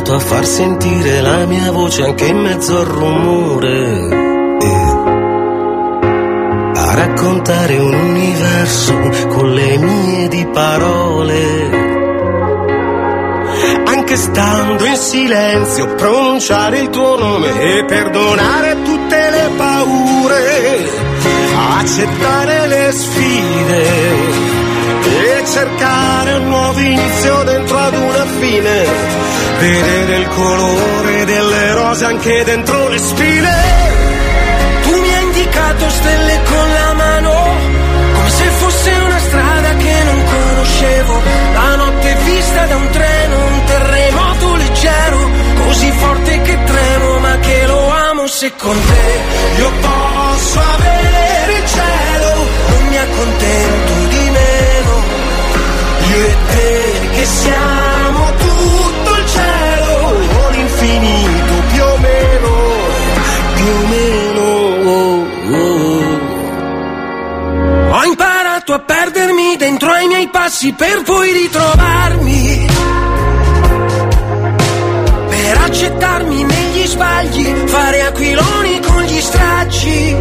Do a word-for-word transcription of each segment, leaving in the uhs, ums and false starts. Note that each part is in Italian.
pronto a far sentire la mia voce anche in mezzo al rumore, eh. A raccontare un universo con le mie di parole, anche stando in silenzio pronunciare il tuo nome e perdonare tutte le paure, accettare le sfide e cercare un nuovo inizio dentro ad una fine, vedere il colore delle rose anche dentro le spine. Tu mi hai indicato stelle con la mano, come se fosse una strada che non conoscevo, la notte vista da un treno, un terremoto leggero, così forte che tremo ma che lo amo. Se con te io posso avere il cielo, non mi accontento di meno, io e te che siamo tutto il cielo o l'infinito più o meno, più o meno. Oh, oh. Ho imparato a perdermi dentro ai miei passi per poi ritrovarmi, per accettarmi negli sbagli, fare aquiloni con gli stracci,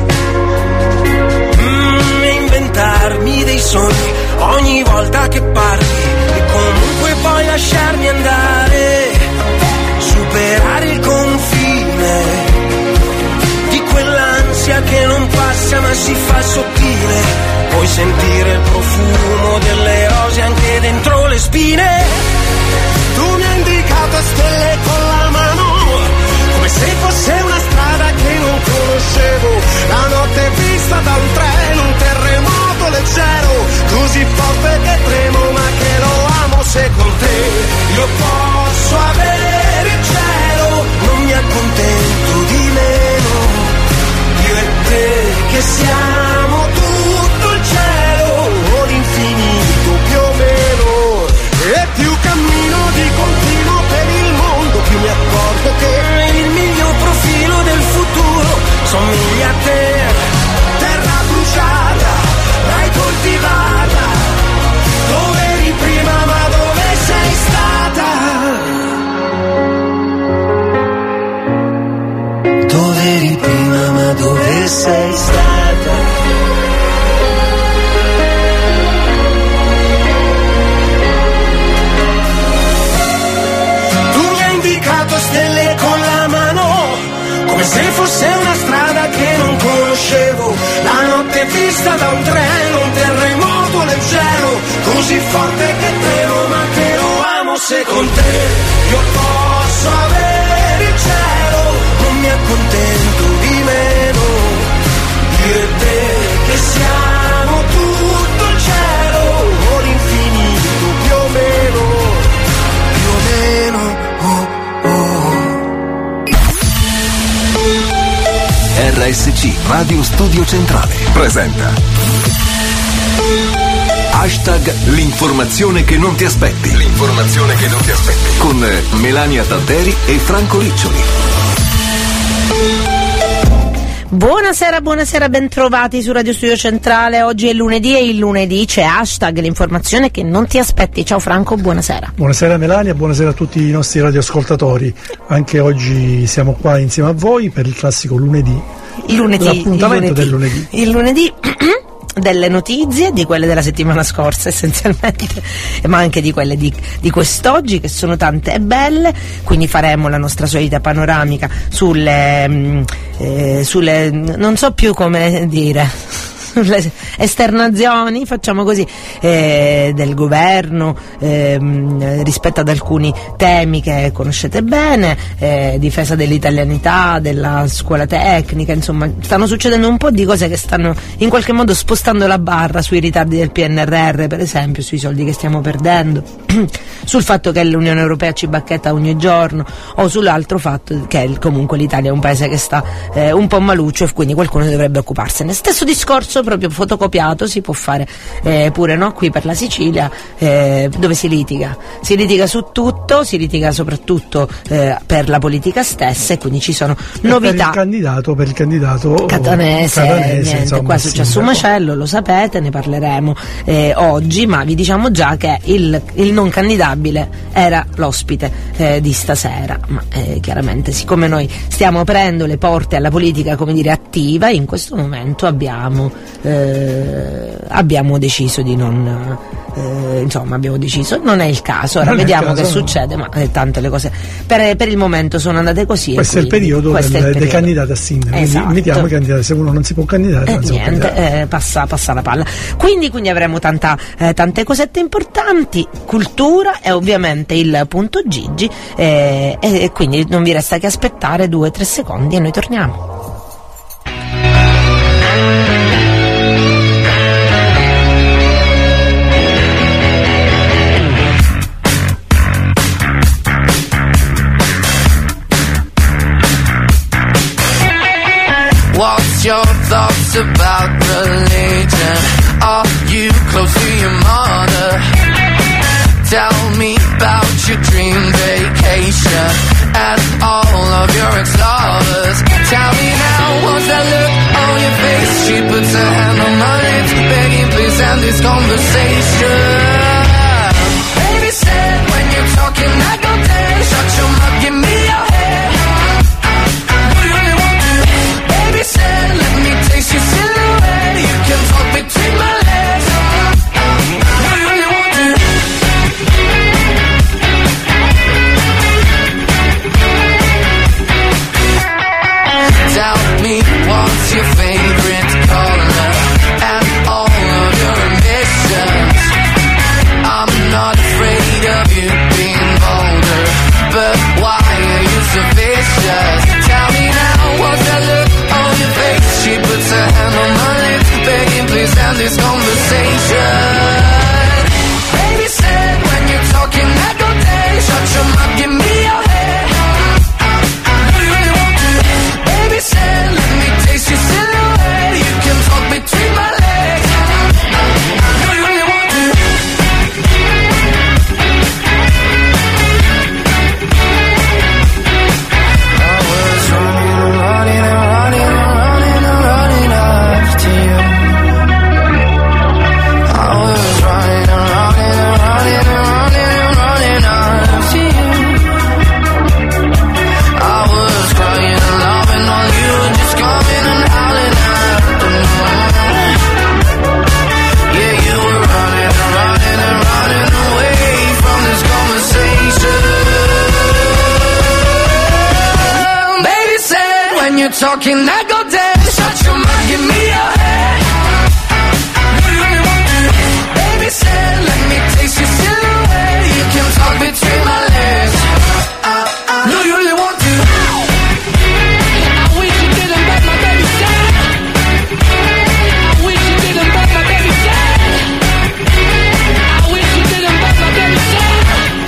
mm, e inventarmi dei sogni ogni volta che parli, e comunque poi lasciarmi andare, superare il confine di quell'ansia che non passa ma si fa sottile, puoi sentire il profumo delle rose anche dentro le spine. Tu mi hai indicato stelle con la mano, come se fosse una strada che non conoscevo, la notte vista da un treno, un terremoto leggero, così forte che tremo ma che lo amo. Se con te io posso avere il cielo, non mi accontento di meno, io e te che siamo tutto il cielo o l'infinito più o meno, e più cammino di continuo per il mondo, più mi accorgo che il miglior profilo del futuro somiglia a te, terra bruciata, mai coltivata, dove eri prima ma dove sei stata, dove eri prima ma dove sei stata. Stelle con la mano, come se fosse una strada che non conoscevo, la notte vista da un treno, un terremoto leggero, così forte che tremo ma che lo amo. Se con te io posso avere il cielo, non mi accontento di meno, io e te che siamo tutto il cielo o l'infinito più o meno, più o meno. R S C Radio Studio Centrale presenta Hashtag l'informazione che non ti aspetti. L'informazione che non ti aspetti. Con Melania Tanteri e Franco Riccioli. Buonasera, buonasera, bentrovati su Radio Studio Centrale. Oggi è lunedì e il lunedì c'è Hashtag l'informazione che non ti aspetti. Ciao Franco, buonasera. Buonasera Melania, buonasera a tutti i nostri radioascoltatori. Anche oggi siamo qua insieme a voi per il classico lunedì. Il lunedì, l'appuntamento il lunedì, del lunedì. Il lunedì delle notizie, di quelle della settimana scorsa essenzialmente, ma anche di quelle di, di quest'oggi, che sono tante e belle. Quindi faremo la nostra solita panoramica sulle, eh, sulle non so più come dire le esternazioni, facciamo così, eh, del governo eh, rispetto ad alcuni temi che conoscete bene, eh, difesa dell'italianità, della scuola tecnica, insomma stanno succedendo un po' di cose che stanno in qualche modo spostando la barra sui ritardi del P N R R, per esempio, sui soldi che stiamo perdendo, sul fatto che l'Unione Europea ci bacchetta ogni giorno, o sull'altro fatto che comunque l'Italia è un paese che sta eh, un po' maluccio e quindi qualcuno dovrebbe occuparsene. Stesso discorso stesso, proprio fotocopiato, si può fare eh, pure, no? Qui per la Sicilia, eh, dove si litiga, si litiga su tutto, si litiga soprattutto eh, per la politica stessa, e quindi ci sono novità. Per il candidato, per il candidato catanese, catanese niente, insomma, qua è successo un macello, lo sapete, ne parleremo eh, oggi, ma vi diciamo già che il, il non candidabile era l'ospite eh, di stasera, ma eh, chiaramente siccome noi stiamo aprendo le porte alla politica, come dire, attiva, in questo momento abbiamo eh, abbiamo deciso di non eh, insomma abbiamo deciso, non è il caso, ora non vediamo caso, che no. succede, ma eh, tanto le cose per, per il momento sono andate così. Questo è il periodo del, il periodo dei candidati a sindaco, esatto. Quindi invitiamo i candidati, se uno non si può candidare, eh, non si niente, può candidare. Eh, passa, passa la palla. Quindi, quindi avremo tanta, eh, tante cosette importanti, cultura e ovviamente il punto Gigi, eh, e quindi non vi resta che aspettare due o tre secondi e noi torniamo. What's your thoughts about religion? Are you close to your mother? Tell me about your dream vacation and all of your ex-lovers. Tell me now, what's that look on your face? She puts her hand on my lips, begging please end this conversation. Baby said when you're talking I go dead. Shut your mouth, give me your head. Baby said, let me taste your silhouette. You can talk between my legs. Do you really want to? Tell me what's your favorite color and all of your ambitions. I'm not afraid of you being bolder, but why are you so vicious? Tell me now, what's that look on your face? She puts her hand on my lips, begging please end this conversation. Baby said when you're talking I go dead. Shut your mouth, give me your head. Do you really want to? Baby said let me taste your silhouette. You can talk between my legs. Do you really want to? I was running and running and running and running and running after you. I was running and running and running and running and running after you. I was crying and loving while you were just coming and howling after me. Yeah, you were running and running and running away from this conversation. Baby said when you're talking I go dead. Shut your mouth, give me your head. Do you really want to? Baby said let me taste your silhouette. You can talk between my legs. Do you really want to? I wish you didn't, but my baby said. I wish you didn't, but my baby said. I wish you didn't, but my baby said.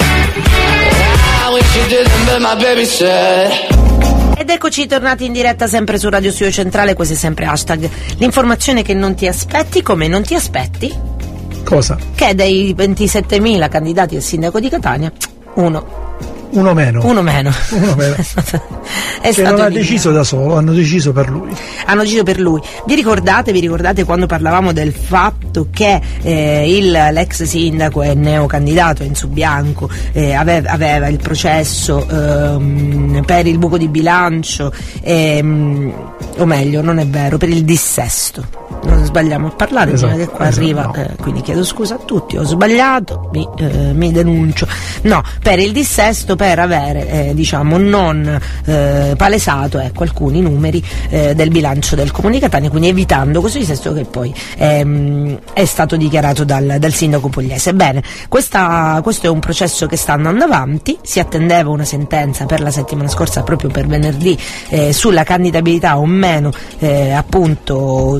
I wish you didn't, but my baby said. Ed eccoci tornati in diretta sempre su Radio Studio Centrale, questo è sempre hashtag l'informazione che non ti aspetti. Come non ti aspetti? Cosa? Che dei ventisettemila candidati al sindaco di Catania, uno Uno meno. Uno meno. Uno meno. è stato, è che stato non ha eliminato. deciso da solo, hanno deciso per lui. Hanno deciso per lui. Vi ricordate, vi ricordate quando parlavamo del fatto che eh, il, l'ex sindaco e neocandidato Enzo Bianco eh, aveva, aveva il processo ehm, per il buco di bilancio, ehm, o meglio, non è vero, per il dissesto. Non sbagliamo a parlare, esatto, che qua esatto, arriva, no. eh, quindi chiedo scusa a tutti, ho sbagliato, mi, eh, mi denuncio. No, per il dissesto, per avere eh, diciamo non eh, palesato ecco, alcuni numeri eh, del bilancio del Comune di Catania, quindi evitando questo dissesto che poi ehm, è stato dichiarato dal, dal sindaco pugliese. Bene, questa, questo è un processo che sta andando avanti, si attendeva una sentenza per la settimana scorsa, proprio per venerdì, eh, sulla candidabilità o meno eh, appunto sia sua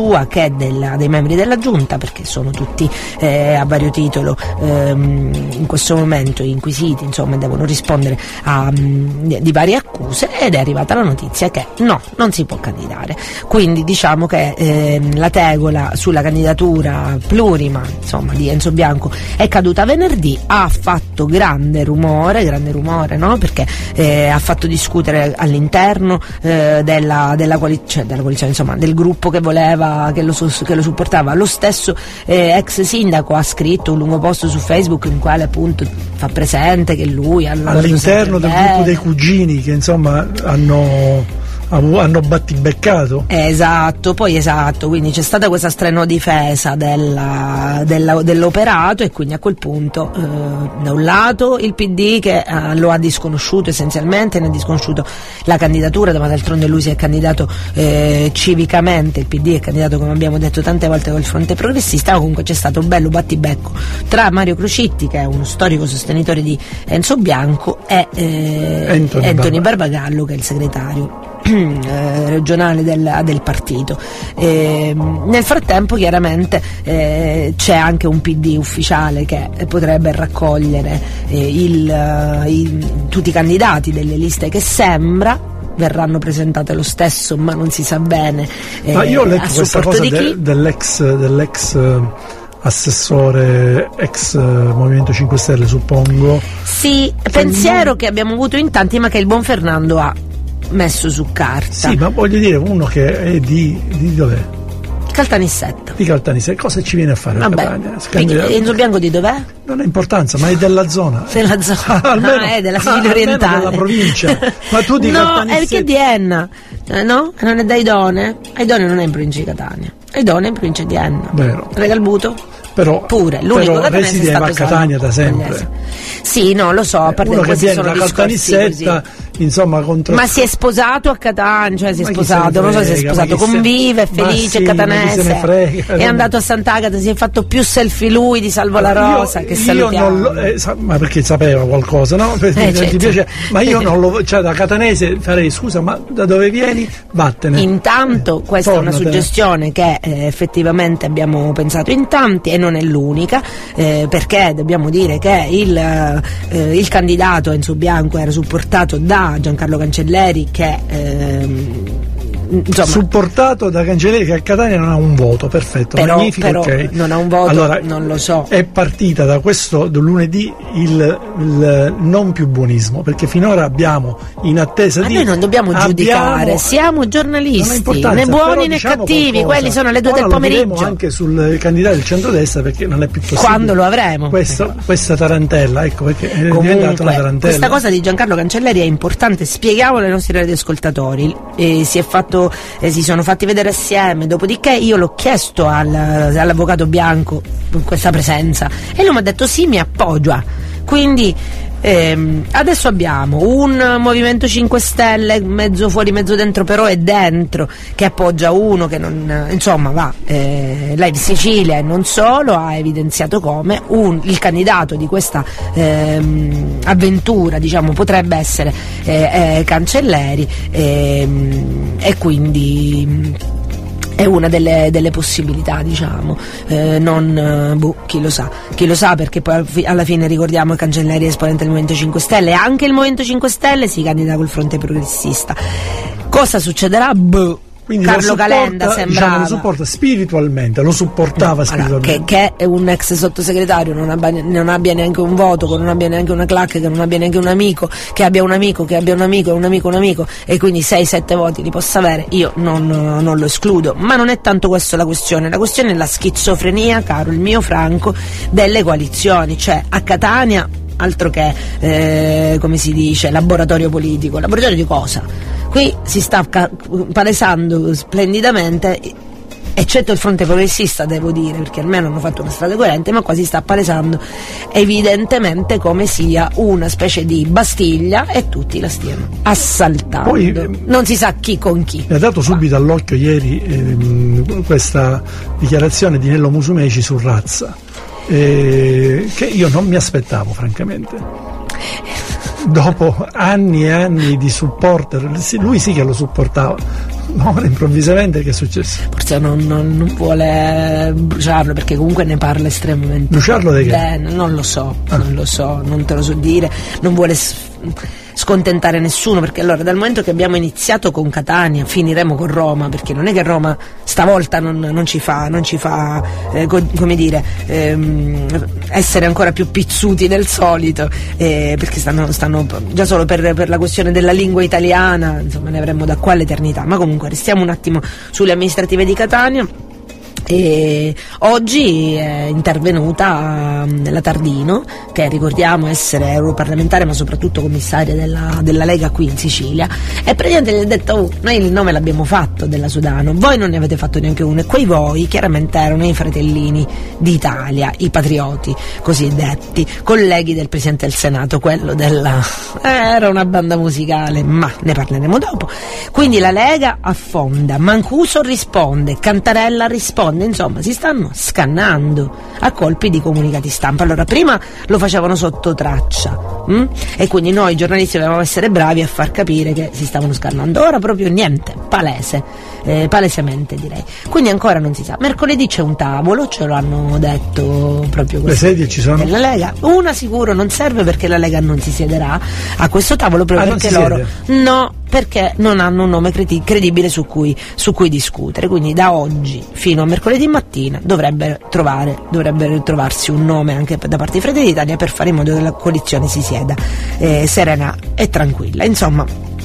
sua che della, dei membri della giunta, perché sono tutti eh, a vario titolo ehm, in questo momento inquisiti, insomma devono rispondere a, mh, di varie accuse, ed è arrivata la notizia che no, non si può candidare. Quindi diciamo che eh, la tegola sulla candidatura plurima, insomma, di Enzo Bianco è caduta venerdì. Ha fatto grande rumore, grande rumore, no? Perché eh, ha fatto discutere all'interno eh, della, della, coali- cioè della coalizione, insomma, del gruppo che voleva, che lo, che lo supportava. Lo stesso eh, ex sindaco ha scritto un lungo post su Facebook in quale appunto fa presente che lui ha all'interno del gruppo dei cugini che insomma hanno hanno battibeccato. Esatto, poi esatto, quindi c'è stata questa strenua difesa della, della, dell'operato, e quindi a quel punto eh, da un lato il P D che eh, lo ha disconosciuto essenzialmente, ne ha disconosciuto la candidatura, ma d'altronde lui si è candidato eh, civicamente, il P D è candidato, come abbiamo detto tante volte, col Fronte Progressista. Ma comunque c'è stato un bello battibecco tra Mario Crocitti, che è uno storico sostenitore di Enzo Bianco, e eh, Anthony, Anthony Barbagallo, che è il segretario Eh, regionale del, del partito. Eh, nel frattempo chiaramente eh, c'è anche un P D ufficiale che potrebbe raccogliere eh, il, uh, i, tutti i candidati delle liste che sembra verranno presentate lo stesso, ma non si sa bene. Eh, ma io ho letto questa cosa de, dell'ex, dell'ex assessore ex Movimento cinque Stelle, suppongo. Sì, che pensiero non... che abbiamo avuto in tanti, ma che il buon Fernando ha messo su carta. Sì, ma voglio dire, uno che è di, di dov'è? Caltanissetta. Di Caltanissetta, cosa ci viene a fare a Catania? Enzo Bianco di dov'è? Non ha importanza, ma è della zona. Della zona, almeno, ah, è della Sicilia orientale. Della provincia. Ma tu di no, Caltanissetta. è perché è di Enna, eh, no? Non è da Aidone? Aidone non è in provincia di Catania. Aidone è in provincia di Enna. Vero. Regalbuto? Però, pure l'unico però resideva a Catania da sempre. Sì, no, lo so, a parte uno che viene sono da Caltanissetta, insomma, contro... ma si è sposato a Catania, cioè si è ma sposato, non so se si è sposato, convive, è felice, sì, catanese, frega, è andato a Sant'Agata, si è fatto più selfie lui di Salvo La Rosa, io, che salutiamo. Io non lo, eh, sa, ma perché sapeva qualcosa, no? Perché eh, certo. ti piace, ma io non lo, cioè da catanese farei scusa, ma da dove vieni? Vattene. Intanto eh, questa tornate. È una suggestione che eh, effettivamente abbiamo pensato in tanti, e non è l'unica, eh, perché dobbiamo dire che il, eh, il candidato Enzo Bianco era supportato da Giancarlo Cancelleri, che ehm, insomma, supportato da Cancelleri, che a Catania non ha un voto, perfetto, però, magnifico, però okay. Non ha un voto, allora, non lo so. È partita da questo da lunedì il, il non più buonismo, perché finora abbiamo in attesa ma di... noi non dobbiamo abbiamo, giudicare, siamo giornalisti, né buoni però, né diciamo cattivi, qualcosa. quelli sono le due Ora del pomeriggio. Lo vedremo anche sul candidato del centrodestra, perché non è più possibile. Quando lo avremo? Questo, questa tarantella, ecco, perché è Comunque, diventata una tarantella. Questa cosa di Giancarlo Cancelleri è importante, spieghiamolo ai nostri radioascoltatori. Eh, si, è fatto, eh, si sono fatti vedere assieme, dopodiché io l'ho chiesto al, all'avvocato Bianco in questa presenza e lui mi ha detto sì, mi appoggia. Quindi ehm, adesso abbiamo un Movimento cinque Stelle mezzo fuori mezzo dentro, però è dentro, che appoggia uno che non, insomma va, eh, lei di Sicilia e non solo, ha evidenziato come un, il candidato di questa ehm, avventura, diciamo, potrebbe essere eh, eh, Cancelleri, ehm, e quindi è una delle, delle possibilità, diciamo, eh, non, boh, chi lo sa, chi lo sa, perché poi alla fine ricordiamo che Cancelleri è esponente del Movimento cinque Stelle, e anche il Movimento cinque Stelle si candida col Fronte Progressista. Cosa succederà? Boh. Quindi Carlo supporta, Calenda sembrava, diciamo, lo supporta spiritualmente, lo supportava no, spiritualmente. Allora, che, che è un ex sottosegretario, non abbia, non abbia neanche un voto, che non abbia neanche una clac, che non abbia neanche un amico, che abbia un amico, che abbia un amico, un amico, un amico, e quindi sei sette voti li possa avere, io non, non lo escludo. Ma non è tanto questa la questione, la questione è la schizofrenia, caro il mio Franco, delle coalizioni, cioè a Catania altro che, eh, come si dice, laboratorio politico. Laboratorio di cosa? Qui si sta ca- palesando splendidamente, eccetto il Fronte Progressista, devo dire, perché almeno hanno fatto una strada coerente, ma qua si sta palesando evidentemente come sia una specie di Bastiglia e tutti la stiano assaltando. Poi, non si sa chi con chi. Mi ha dato subito all'occhio ieri ehm, questa dichiarazione di Nello Musumeci su Razza, eh, che io non mi aspettavo, francamente. Dopo anni e anni di supporter, lui sì che lo supportava, No, improvvisamente che è successo? Forse non, non, non vuole bruciarlo, perché comunque ne parla estremamente bruciarlo di che? bene, non lo so, ah. non lo so, non te lo so dire, non vuole scontentare nessuno, perché allora dal momento che abbiamo iniziato con Catania finiremo con Roma, perché non è che Roma stavolta non, non ci fa, non ci fa eh, co- come dire ehm, essere ancora più pizzuti del solito, eh, perché stanno, stanno già solo per, per la questione della lingua italiana, insomma ne avremmo da qua l'eternità. Ma comunque restiamo un attimo sulle amministrative di Catania. E oggi è intervenuta la Tardino, che ricordiamo essere europarlamentare ma soprattutto commissaria della, della Lega qui in Sicilia, e praticamente gli ha detto: oh, noi il nome l'abbiamo fatto della Sudano, voi non ne avete fatto neanche uno, e quei voi chiaramente erano i fratellini d'Italia, i patrioti cosiddetti, colleghi del Presidente del Senato, quello della eh, era una banda musicale, ma ne parleremo dopo. Quindi la Lega affonda, Mancuso risponde, Cantarella risponde, insomma si stanno scannando a colpi di comunicati stampa. Allora prima lo facevano sotto traccia hm? e quindi noi giornalisti dovevamo essere bravi a far capire che si stavano scannando, ora proprio niente, palese, eh, palesemente direi. Quindi ancora non si sa. Mercoledì c'è un tavolo, ce lo hanno detto proprio le sedie ci sono? Della Lega, una sicuro non serve, perché la Lega non si siederà a questo tavolo proprio ah, perché loro siede. no perché non hanno un nome credi- credibile su cui, su cui discutere. Quindi da oggi fino a mercoledì mattina dovrebbero trovare dovrebbero trovarsi un nome anche da parte di Fratelli d'Italia, per fare in modo che la coalizione si sieda eh, serena e tranquilla. Insomma,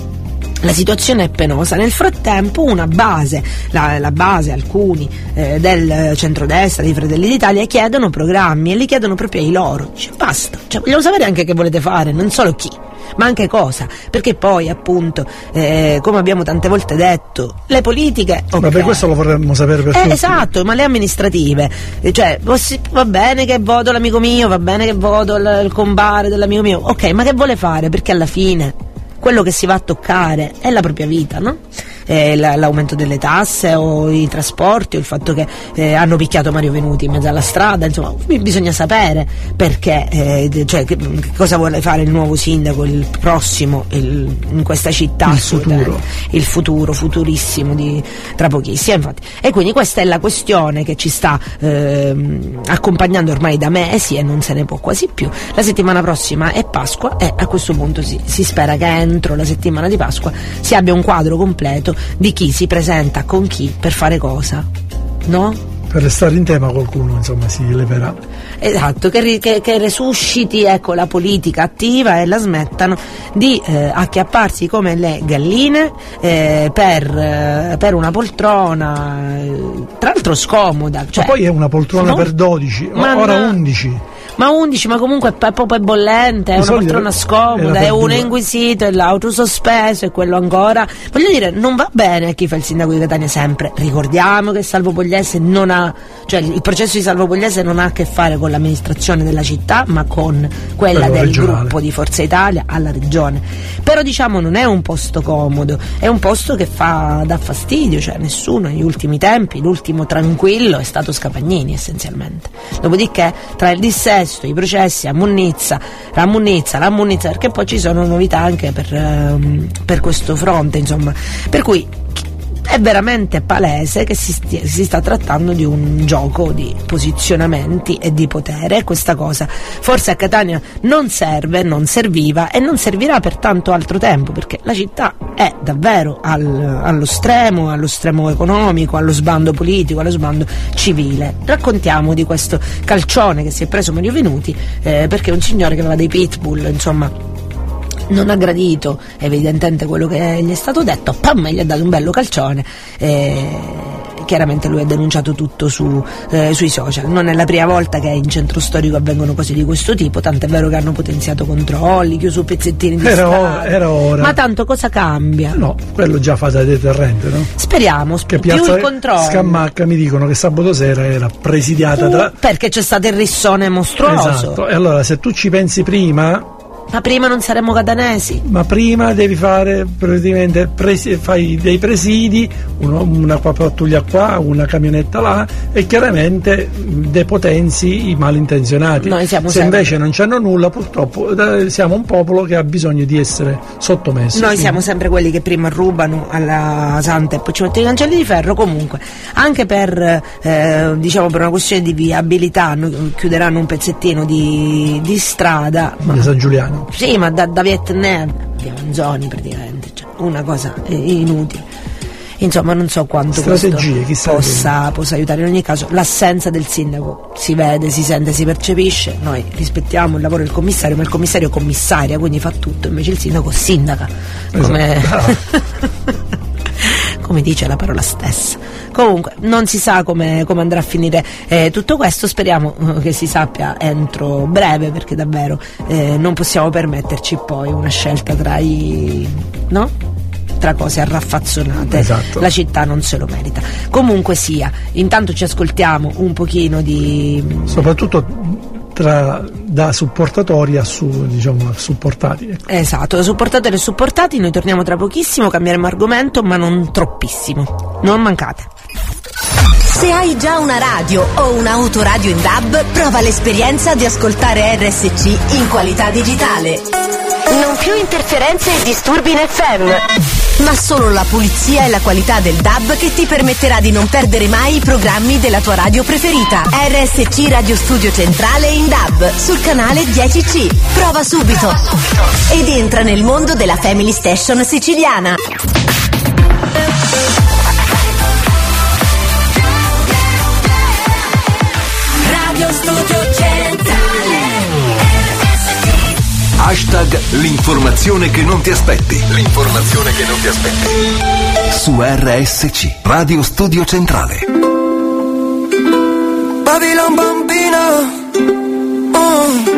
la situazione è penosa. Nel frattempo una base, la, la base, alcuni eh, del centrodestra, dei Fratelli d'Italia, chiedono programmi, e li chiedono proprio ai loro. Dice, basta, cioè, vogliamo sapere anche che volete fare, non solo chi, ma anche cosa, perché poi appunto eh, come abbiamo tante volte detto, le politiche okay. Vabbè, questo lo vorremmo sapere per eh, tutti. Esatto, ma le amministrative, cioè va bene che voto l'amico mio, va bene che voto il, il compare dell'amico mio, ok, ma che vuole fare? Perché alla fine quello che si va a toccare è la propria vita, no? Eh, l'aumento delle tasse o i trasporti, o il fatto che eh, hanno picchiato Mario Venuti in mezzo alla strada, insomma bisogna sapere perché, eh, cioè che, che cosa vuole fare il nuovo sindaco, il prossimo il, in questa città, il futuro il futuro, futurissimo di tra pochissimo, infatti. E quindi questa è la questione che ci sta eh, accompagnando ormai da mesi e non se ne può quasi più. La settimana prossima è Pasqua e a questo punto si, si spera che entro la settimana di Pasqua si abbia un quadro completo di chi si presenta con chi per fare cosa, no? Per restare in tema qualcuno insomma si leverà. Esatto, che, che, che resusciti ecco la politica attiva e la smettano di eh, acchiapparsi come le galline eh, per, eh, per una poltrona eh, tra l'altro scomoda, cioè, ma poi è una poltrona no? per dodici, ma ora no. undici. Ma undici, ma comunque è proprio bollente, è una poltrona scomoda, è uno inquisito, è l'auto sospeso, è quello ancora. Voglio dire, non va bene a chi fa il sindaco di Catania sempre. Ricordiamo che Salvo Pugliese non ha, cioè il processo di Salvo Pugliese non ha a che fare con l'amministrazione della città, ma con quella quello del regionale. Gruppo di Forza Italia alla regione. Però diciamo non è un posto comodo, è un posto che fa dà fastidio, cioè nessuno negli ultimi tempi, l'ultimo tranquillo è stato Scapagnini essenzialmente. Dopodiché tra il dissesto, i processi a Munnizza, la Munnizza, la Munnizza, perché poi ci sono novità anche per, um, per questo fronte, insomma, per cui è veramente palese che si, stia, si sta trattando di un gioco di posizionamenti e di potere, e questa cosa forse a Catania non serve, non serviva e non servirà per tanto altro tempo, perché la città è davvero al, allo stremo, allo stremo economico, allo sbando politico, allo sbando civile. Raccontiamo di questo calcione che si è preso Mario Venuti eh, perché un signore che aveva dei pitbull, insomma, non ha gradito evidentemente quello che gli è stato detto, pam, gli ha dato un bello calcione e chiaramente lui ha denunciato tutto su, eh, sui social. Non è la prima volta che in centro storico avvengono cose di questo tipo, tant'è vero che hanno potenziato controlli, chiuso pezzettini di era strada, ora, era ora. Ma tanto cosa cambia? No, quello già fa da deterrente, no? Speriamo, che più piazza il controllo. Scammacca mi dicono che sabato sera era presidiata uh, da... perché c'è stato il rissone mostruoso. Esatto, e allora se tu ci pensi prima Ma prima non saremmo catanesi? Ma prima devi fare praticamente presi, fai dei presidi, uno, una pattuglia qua, una camionetta là, e chiaramente depotenzi i malintenzionati. Noi siamo Se sempre... invece non c'hanno nulla, purtroppo eh, siamo un popolo che ha bisogno di essere sottomesso. Noi quindi. siamo sempre quelli che prima rubano alla santa e poi ci mettono i cancelli di ferro. Comunque, anche per eh, diciamo per una questione di viabilità, chiuderanno un pezzettino di, di strada. Ma... di San Giuliano. Sì, ma da, da Vietnam abbiamo zoni praticamente, cioè una cosa inutile. Insomma, non so quanto strategie, questo possa, possa aiutare. In ogni caso, l'assenza del sindaco si vede, si sente, si percepisce. Noi rispettiamo il lavoro del commissario, ma il commissario è commissaria, quindi fa tutto, invece il sindaco sindaca. Come... Esatto. come dice la parola stessa. Comunque non si sa come, come andrà a finire eh, tutto questo, speriamo eh, che si sappia entro breve, perché davvero eh, non possiamo permetterci poi una scelta tra i no? tra cose arraffazzonate. Esatto. La città non se lo merita. Comunque sia, intanto ci ascoltiamo un pochino di soprattutto tra, da supportatori a su, diciamo, a supportati, ecco. Esatto, da supportatori e supportati. Noi torniamo tra pochissimo, cambieremo argomento, ma non troppissimo, non mancate. Se hai già una radio o un'autoradio in D A B, prova l'esperienza di ascoltare R S C in qualità digitale. Non più interferenze e disturbi in F M, ma solo la pulizia e la qualità del D A B che ti permetterà di non perdere mai i programmi della tua radio preferita. R S C Radio Studio Centrale in D A B sul canale dieci C. Prova subito ed entra nel mondo della Family Station siciliana. Radio Studio Centrale. Hashtag l'informazione che non ti aspetti. L'informazione che non ti aspetti. Su R S C, Radio Studio Centrale. Babylon bambina. Oh.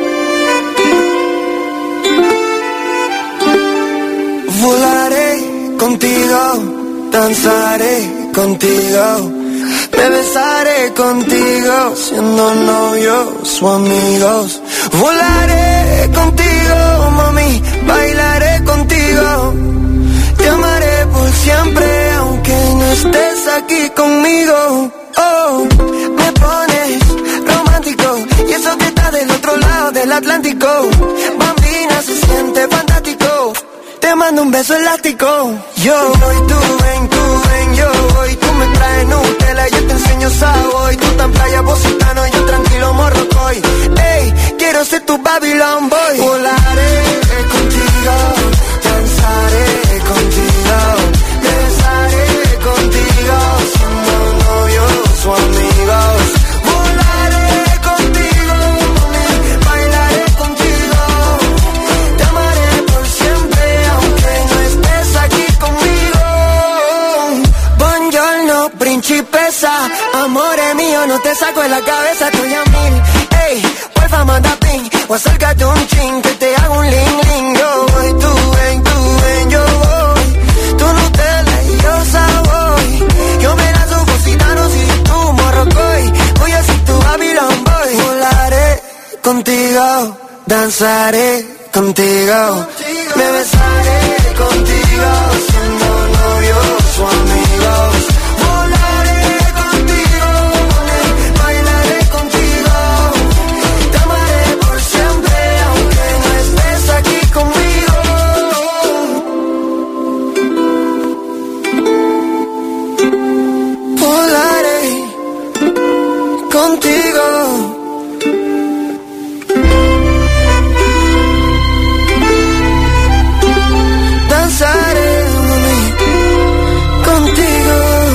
Volare contigo, danzare contigo, me besaré contigo, siendo novios o amigos. Volaré contigo, mami, bailaré contigo. Te amaré por siempre, aunque no estés aquí conmigo. Oh, me pones romántico, y eso que está del otro lado del Atlántico. Bambina, se siente fantástico. Te mando un beso elástico. Yo voy, tú ven, tú ven, yo voy. Tú me traes Nutella, yo te enseño Savoy. Tú tan playa, positano, yo tranquilo morrocoy. Ey, quiero ser tu Babylon boy. Volaré contigo, danzaré contigo, me besaré contigo, siendo novios o amigos. Volaré contigo, mami, bailaré contigo. Te amaré por siempre, aunque no estés aquí conmigo. Buongiorno, principesa, amore mío, no te saco de la cabeza, estoy a mil. Ey, porfa, manda ping, o acércate un chin, que te hago un ling ling. Yo voy, tú ven, tú ven, yo voy. Tú Nutella y yo Savoy. Yo me la subo gitanos y tú morrocoy. Voy a ser tu Babylon boy. Volaré contigo, danzaré contigo, me besaré contigo, siendo novios o amigos. Volaré contigo, bailaré contigo. Te amaré por siempre, aunque no estés aquí conmigo. Volaré contigo. Danzaré, mami, contigo.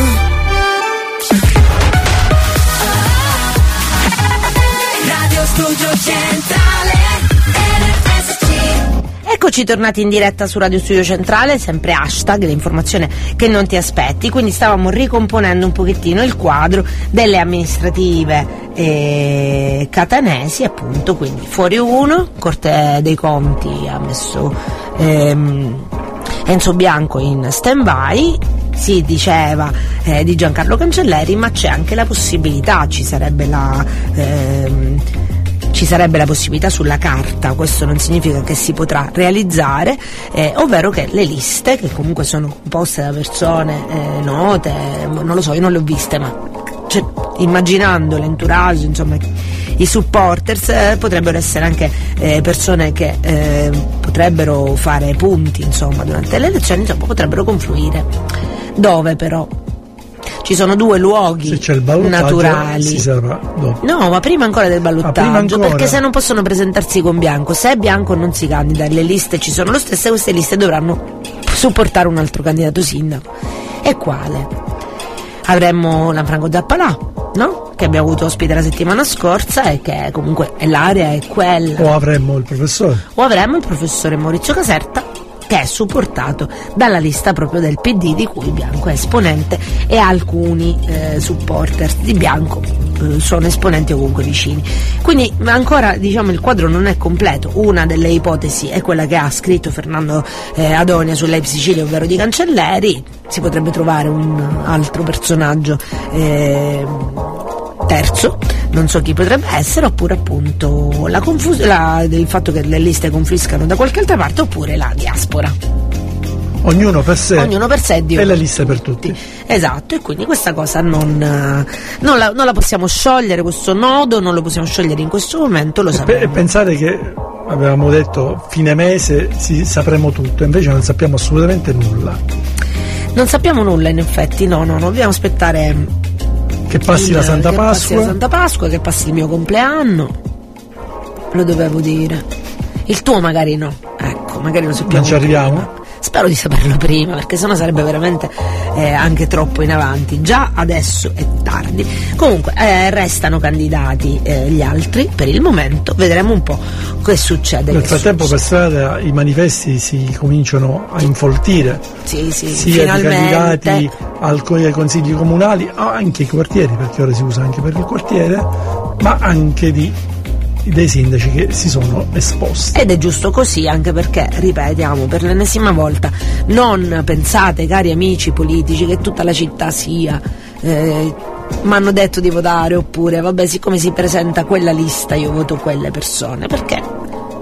Radio Studio Centrale R S C. Eccoci tornati in diretta su Radio Studio Centrale, sempre hashtag l'informazione che non ti aspetti. Quindi stavamo ricomponendo un pochettino il quadro delle amministrative eh, catanesi, appunto. Quindi fuori uno, Corte dei Conti ha messo ehm, Enzo Bianco in stand by. Si diceva eh, di Giancarlo Cancelleri, ma c'è anche la possibilità, ci sarebbe la ehm, ci sarebbe la possibilità sulla carta, questo non significa che si potrà realizzare, eh, ovvero che le liste, che comunque sono composte da persone eh, note, non lo so, io non le ho viste, ma cioè, immaginando l'entourage, insomma i supporters, eh, potrebbero essere anche eh, persone che eh, potrebbero fare punti, insomma, durante le elezioni, insomma, potrebbero confluire. Dove però? Ci sono due luoghi se c'è il naturali. Si sarà dopo. No, ma prima ancora del ballottaggio, ah, perché se non possono presentarsi con bianco, se bianco non si candida, le liste ci sono lo stesso, queste liste dovranno supportare un altro candidato sindaco. E quale? Avremmo Lanfranco Zappalà, no? Che abbiamo avuto ospite la settimana scorsa e che comunque è l'area è quella. O avremmo il professore. O avremmo il professore Maurizio Caserta, che è supportato dalla lista proprio del P D, di cui Bianco è esponente, e alcuni eh, supporters di Bianco eh, sono esponenti ovunque vicini. Quindi ancora, diciamo, il quadro non è completo. Una delle ipotesi è quella che ha scritto Fernando eh, Adonia sull'A I P Sicilia, ovvero di Cancelleri. Si potrebbe trovare un altro personaggio eh, terzo, non so chi potrebbe essere, oppure appunto la confus- la, il fatto che le liste confluiscano da qualche altra parte, oppure la diaspora. Ognuno per sé, Ognuno per sé Dio e la lista per tutti. Esatto, e quindi questa cosa non, non, la, non la possiamo sciogliere, questo nodo non lo possiamo sciogliere in questo momento, lo sappiamo. E pensare che avevamo detto fine mese si sapremo tutto, invece non sappiamo assolutamente nulla. Non sappiamo nulla, in effetti, no, no, no, dobbiamo aspettare che passi il, la Santa che Pasqua. Passi la Santa Pasqua, che passi il mio compleanno, lo dovevo dire. Il tuo magari no, ecco, magari lo sappiamo. Non ci arriviamo? Prima. Spero di saperlo prima, perché sennò sarebbe veramente eh, anche troppo in avanti. Già adesso è tardi. Comunque eh, restano candidati eh, gli altri per il momento, vedremo un po' che succede. Nel frattempo per strada i manifesti si cominciano a infoltire, sì, sì, sia finalmente. di candidati al, ai consigli comunali, anche i quartieri, perché ora si usa anche per il quartiere, ma anche di dei sindaci che si sono esposti. Ed è giusto così, anche perché, ripetiamo per l'ennesima volta, non pensate, cari amici politici, che tutta la città sia eh, mi hanno detto di votare, oppure vabbè, siccome si presenta quella lista io voto quelle persone, perché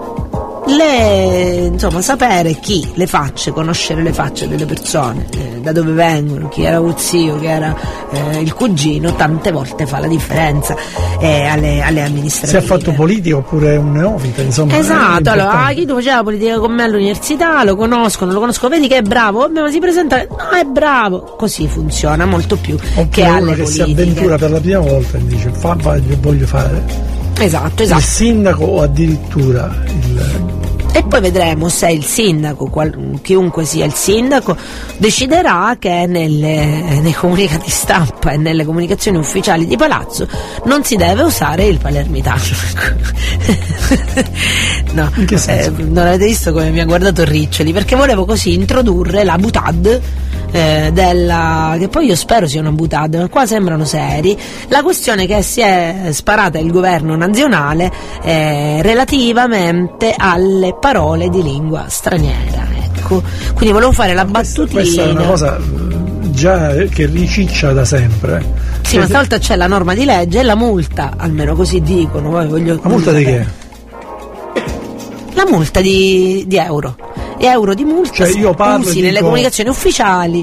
le, insomma, sapere chi, le facce, conoscere le facce delle persone, eh, da dove vengono, chi era lo zio, chi era eh, il cugino, tante volte fa la differenza eh, alle, alle amministrative. Se ha fatto politica oppure è un neofita, insomma. Esatto, allora ah, chi faceva politica con me all'università, lo conoscono, lo conosco, vedi che è bravo, vabbè, ma si presenta, no, è bravo, così funziona molto più oppure che alle uno che politiche. Si avventura per la prima volta e dice fa, voglio, voglio fare esatto, esatto. il sindaco o addirittura il. E poi vedremo se il sindaco, qual, chiunque sia il sindaco, deciderà che nelle, nei comunicati stampa e nelle comunicazioni ufficiali di Palazzo non si deve usare il palermitano. No, in che senso? Eh, non avete visto come mi ha guardato Riccioli, perché volevo così introdurre la boutade eh, della, che poi io spero sia una boutade, ma qua sembrano seri, la questione che si è sparata il governo nazionale eh, relativamente alle parole di lingua straniera, ecco. Quindi volevo fare la battutina. Questa è una cosa già che riciccia da sempre. Sì, ma stavolta c'è la norma di legge e la multa, almeno così dicono. Poi voglio la multa di che? La multa di, di euro. Euro di multa, cioè io parlo usi dico, nelle comunicazioni ufficiali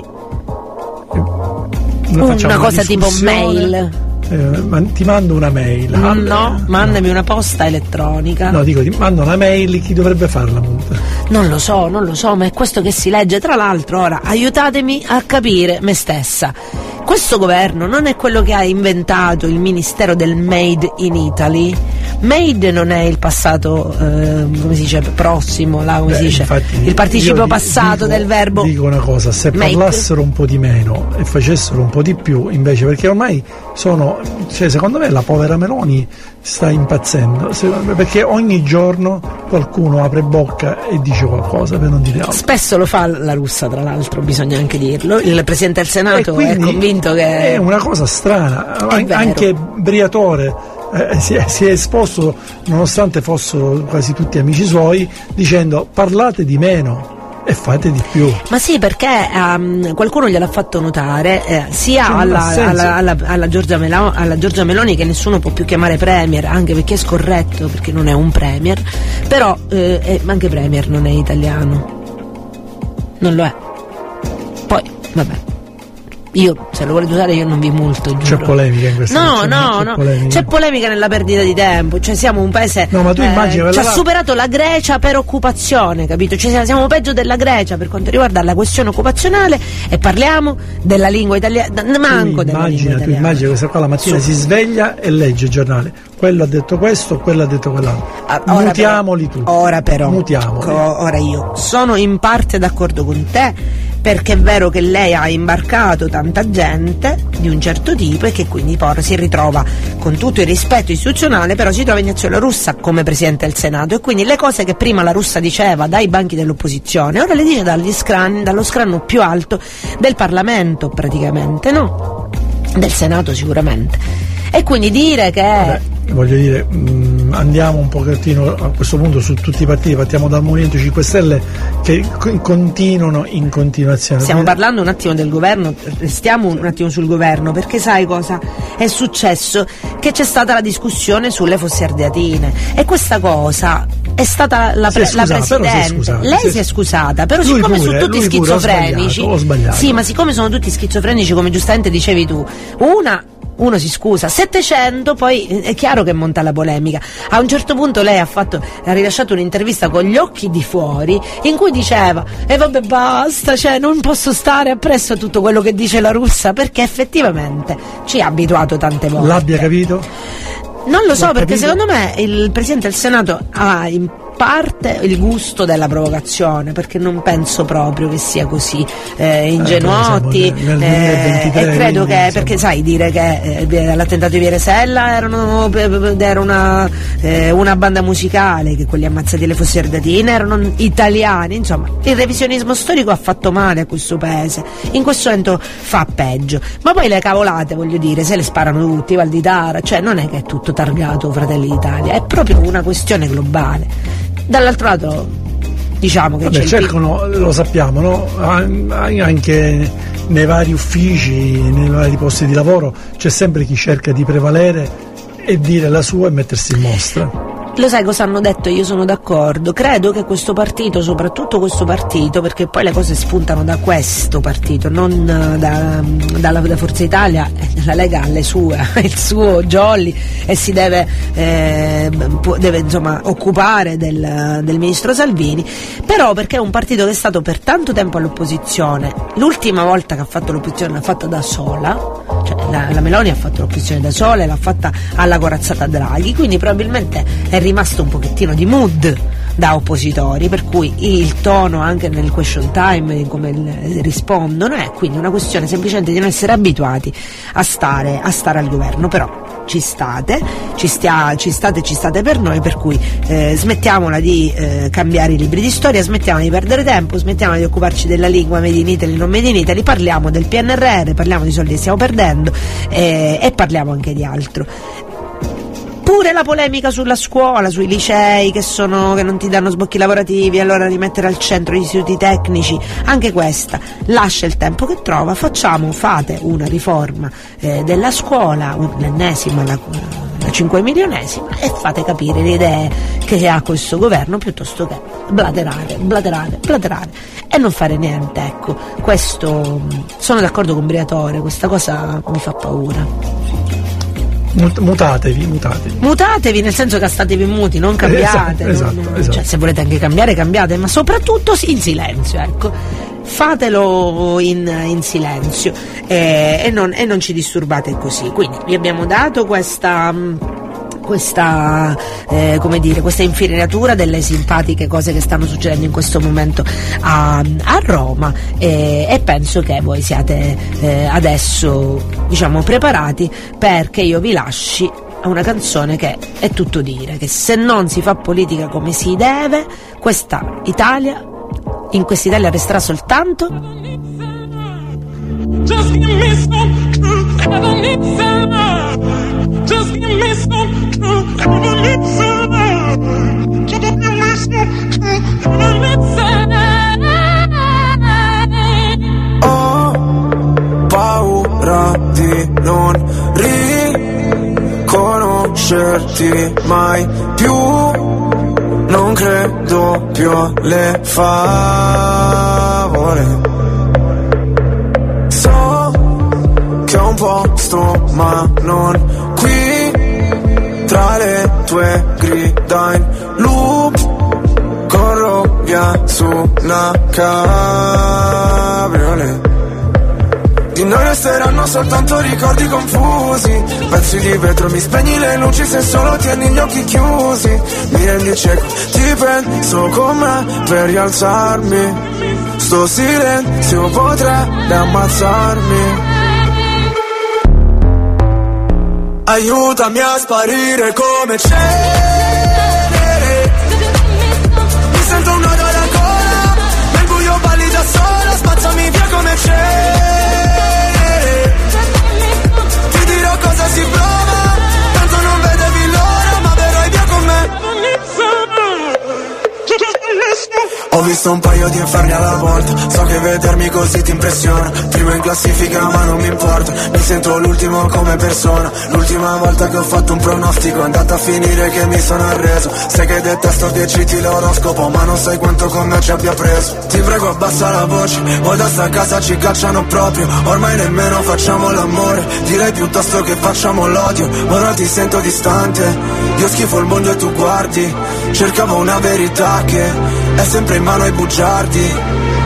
una, una cosa tipo mail. Eh, ma ti mando una mail. No, allora, mandami no. una posta elettronica. No, dico, ti mando una mail, chi dovrebbe fare la multa? Non lo so, non lo so, ma è questo che si legge. Tra l'altro, ora, aiutatemi a capire me stessa. Questo governo non è quello che ha inventato il ministero del Made in Italy. Made non è il passato, eh, come si dice, prossimo, là, come Beh, si dice, infatti, il participio io passato dico, del verbo. Dico una cosa, se make. parlassero un po' di meno e facessero un po' di più, invece, perché ormai sono, cioè, secondo me la povera Meloni sta impazzendo, perché ogni giorno qualcuno apre bocca e dice qualcosa per non dire altro. Spesso lo fa la russa, tra l'altro, bisogna anche dirlo. Il Presidente del Senato è convinto che è una cosa strana, An- anche Briatore eh, si, è, si è esposto, nonostante fossero quasi tutti amici suoi, dicendo parlate di meno. e fate di più. Ma sì, perché um, qualcuno gliel'ha fatto notare eh, sia Cioè, alla, alla, alla, alla, Giorgia Melo- alla Giorgia Meloni, che nessuno può più chiamare premier, anche perché è scorretto, perché non è un premier, però eh, è, anche premier non è italiano, non lo è. Poi vabbè, io se lo volete usare io non vi multo, giuro. C'è polemica in questo No, c'è, no, c'è no, polemica. c'è polemica nella perdita di tempo, cioè siamo un paese No, ma tu immagini, ci ha là- superato la Grecia per occupazione, capito? Cioè, siamo, siamo peggio della Grecia per quanto riguarda la questione occupazionale e parliamo della lingua italiana, manco tu della immagina, lingua tu italiana. immagini questa qua la mattina Su. si sveglia e legge il giornale, quello ha detto questo, quello ha detto quell'altro. Ah, ora Mutiamoli però, tutti. Ora però, Mutiamoli. co- ora io sono in parte d'accordo con te, perché è vero che lei ha imbarcato tanta gente di un certo tipo e che quindi poi si ritrova, con tutto il rispetto istituzionale, però si trova Ignazio La Russa come Presidente del Senato, e quindi le cose che prima La Russa diceva dai banchi dell'opposizione, ora le dice dagli scran- dallo scranno più alto del Parlamento praticamente, no? Del Senato sicuramente. E quindi dire che... Vabbè, voglio dire, mh, andiamo un pochettino a questo punto su tutti i partiti, partiamo dal Movimento cinque Stelle che co- continuano in continuazione. Stiamo parlando un attimo del governo, restiamo un attimo sul governo, perché sai cosa è successo? Che c'è stata la discussione sulle fosse ardeatine e questa cosa è stata la, pre- Si è la scusata, però si è Presidente, scusata, lei si è- si è scusata, però Lui siccome pure, sono tutti lui pure, ho schizofrenici, sbagliato, ho sbagliato. sì, ma siccome sono tutti schizofrenici, come giustamente dicevi tu, una uno si scusa, settecento poi è chiaro che monta la polemica. A un certo punto lei ha fatto ha rilasciato un'intervista con gli occhi di fuori in cui diceva e eh vabbè basta, cioè non posso stare appresso a tutto quello che dice La Russa, perché effettivamente ci ha abituato tante volte. L'abbia capito? Non lo so, L'ha perché capito? secondo me il Presidente del Senato ha in parte il gusto della provocazione, perché non penso proprio che sia così eh, ingenuotti, Eh, poi siamo nel- nel eh, duemilaventitré, e credo quindi, che, insomma. perché sai dire che eh, all'attentato di Viale Sella erano, era una, eh, una banda musicale, che quelli ammazzati alle Fosse Ardeatine erano italiani, insomma il revisionismo storico ha fatto male a questo paese, in questo momento fa peggio, ma poi le cavolate, voglio dire, se le sparano tutti, Val di Tara, cioè non è che è tutto targato Fratelli d'Italia, è proprio una questione globale. Dall'altro lato diciamo che Vabbè, c'è il cercano, lo sappiamo, no? An- anche nei vari uffici, nei vari posti di lavoro c'è sempre chi cerca di prevalere e dire la sua e mettersi in mostra. Lo sai cosa hanno detto? Io sono d'accordo, credo che questo partito, soprattutto questo partito, perché poi le cose spuntano da questo partito, non da, dalla da Forza Italia, la Lega ha le sue, ha il suo jolly e si deve, eh, può- deve insomma occupare del, del ministro Salvini, però perché è un partito che è stato per tanto tempo all'opposizione, l'ultima volta che ha fatto l'opposizione l'ha fatta da sola, cioè la, la Meloni ha fatto l'opposizione da sola e l'ha fatta alla corazzata Draghi, quindi probabilmente è rimasto un pochettino di mood da oppositori, per cui il tono anche nel question time, come il- rispondono, è quindi una questione semplicemente di non essere abituati a stare, a stare al governo, però ci state, ci, stia, ci state, ci state per noi, per cui eh, smettiamola di eh, cambiare i libri di storia, smettiamo di perdere tempo, smettiamo di occuparci della lingua made in Italy, non made in Italy, parliamo del P N R R, parliamo di soldi che stiamo perdendo eh, e parliamo anche di altro. Pure la polemica sulla scuola, sui licei che, sono, che non ti danno sbocchi lavorativi, allora rimettere al centro gli istituti tecnici, anche questa lascia il tempo che trova, facciamo, fate una riforma eh, della scuola, l'ennesima, la, la cinque milionesima, e fate capire le idee che ha questo governo, piuttosto che blaterare, blaterare, blaterare e non fare niente. Ecco, questo, sono d'accordo con Briatore, questa cosa mi fa paura. Mut- Mutatevi, mutatevi. Mutatevi, nel senso che statevi muti, non cambiate. Esatto, non- esatto, esatto. Cioè, se volete anche cambiare, cambiate, ma soprattutto in silenzio, ecco. Fatelo in, in silenzio eh, e, non, e non ci disturbate così. Quindi vi abbiamo dato questa. mh, questa eh, come dire questa infarinatura delle simpatiche cose che stanno succedendo in questo momento a, a Roma eh, e penso che voi siate eh, adesso diciamo preparati perché io vi lasci a una canzone che è tutto dire, che se non si fa politica come si deve, questa Italia in questa Italia resterà soltanto Just give me some truth, I need some love. Just give me some truth, I need some love. Just give me some truth, I need some love. conoscerti mai più. Non credo più alle favole. So che ho un posto ma non qui, tra le tue grida in loop, corro via su una cabriolet. Di noi resteranno soltanto ricordi confusi, pezzi di vetro, mi spegni le luci se solo tieni gli occhi chiusi. Mi rendi cieco, ti penso con me per rialzarmi. Sto silenzio potrebbe ammazzarmi. Aiutami a sparire come cenere. Mi sento un nodo alla gola, nel buio balli da sola, spazzami via come cenere. Ti dirò cosa si prova, tanto non vedevi l'ora, ma verrai via con me. Ho visto un paio di inferni alla volta, so che vedermi così ti impressiona. Primo in classifica ma non mi importa, mi sento l'ultimo come persona. L'ultima volta che ho fatto un pronostico è andata a finire che mi sono arreso. Sai che detesto deciti l'oroscopo, ma non sai quanto con me ci abbia preso. Ti prego abbassa la voce, o da sta casa ci cacciano proprio. Ormai nemmeno facciamo l'amore, direi piuttosto che facciamo l'odio. Ora ti sento distante, io schifo il mondo e tu guardi. Cercavo una verità che è sempre in mano ai bugiardi.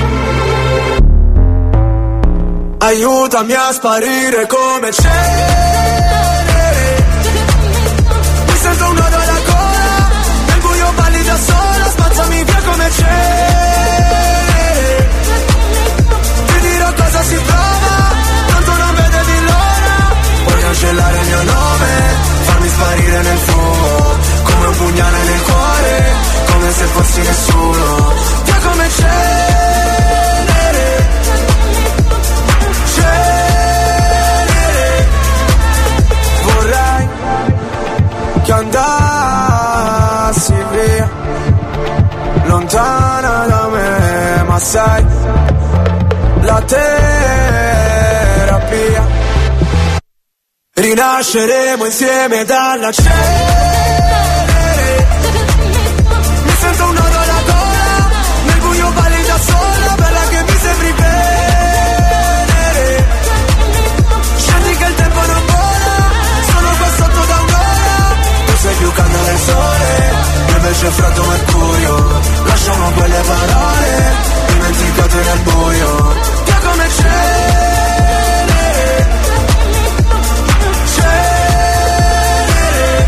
Aiutami a sparire come cenere. Mi sento un nodo alla gola, nel buio balli da sola, spazzami via come cenere. Ti dirò cosa si prova, tanto non vedevi l'ora. Puoi cancellare il mio nome, farmi sparire nel fuoco, come un pugnale nel cuore, come se fossi nessuno. Via come cenere, cenere. Vorrei che andassi via, lontana da me, ma sai, la terapia. Rinasceremo insieme dalla cenere. Mi sento un nodo alla gola, nel buio balli da sola, bella che mi sembri venere. Scendi che il tempo non vola, sono qua sotto da un'ora. Tu sei più calda del sole, io invece freddo mercurio. Lasciamo quelle parole dimenticate nel buio. Via come cenere, cenere.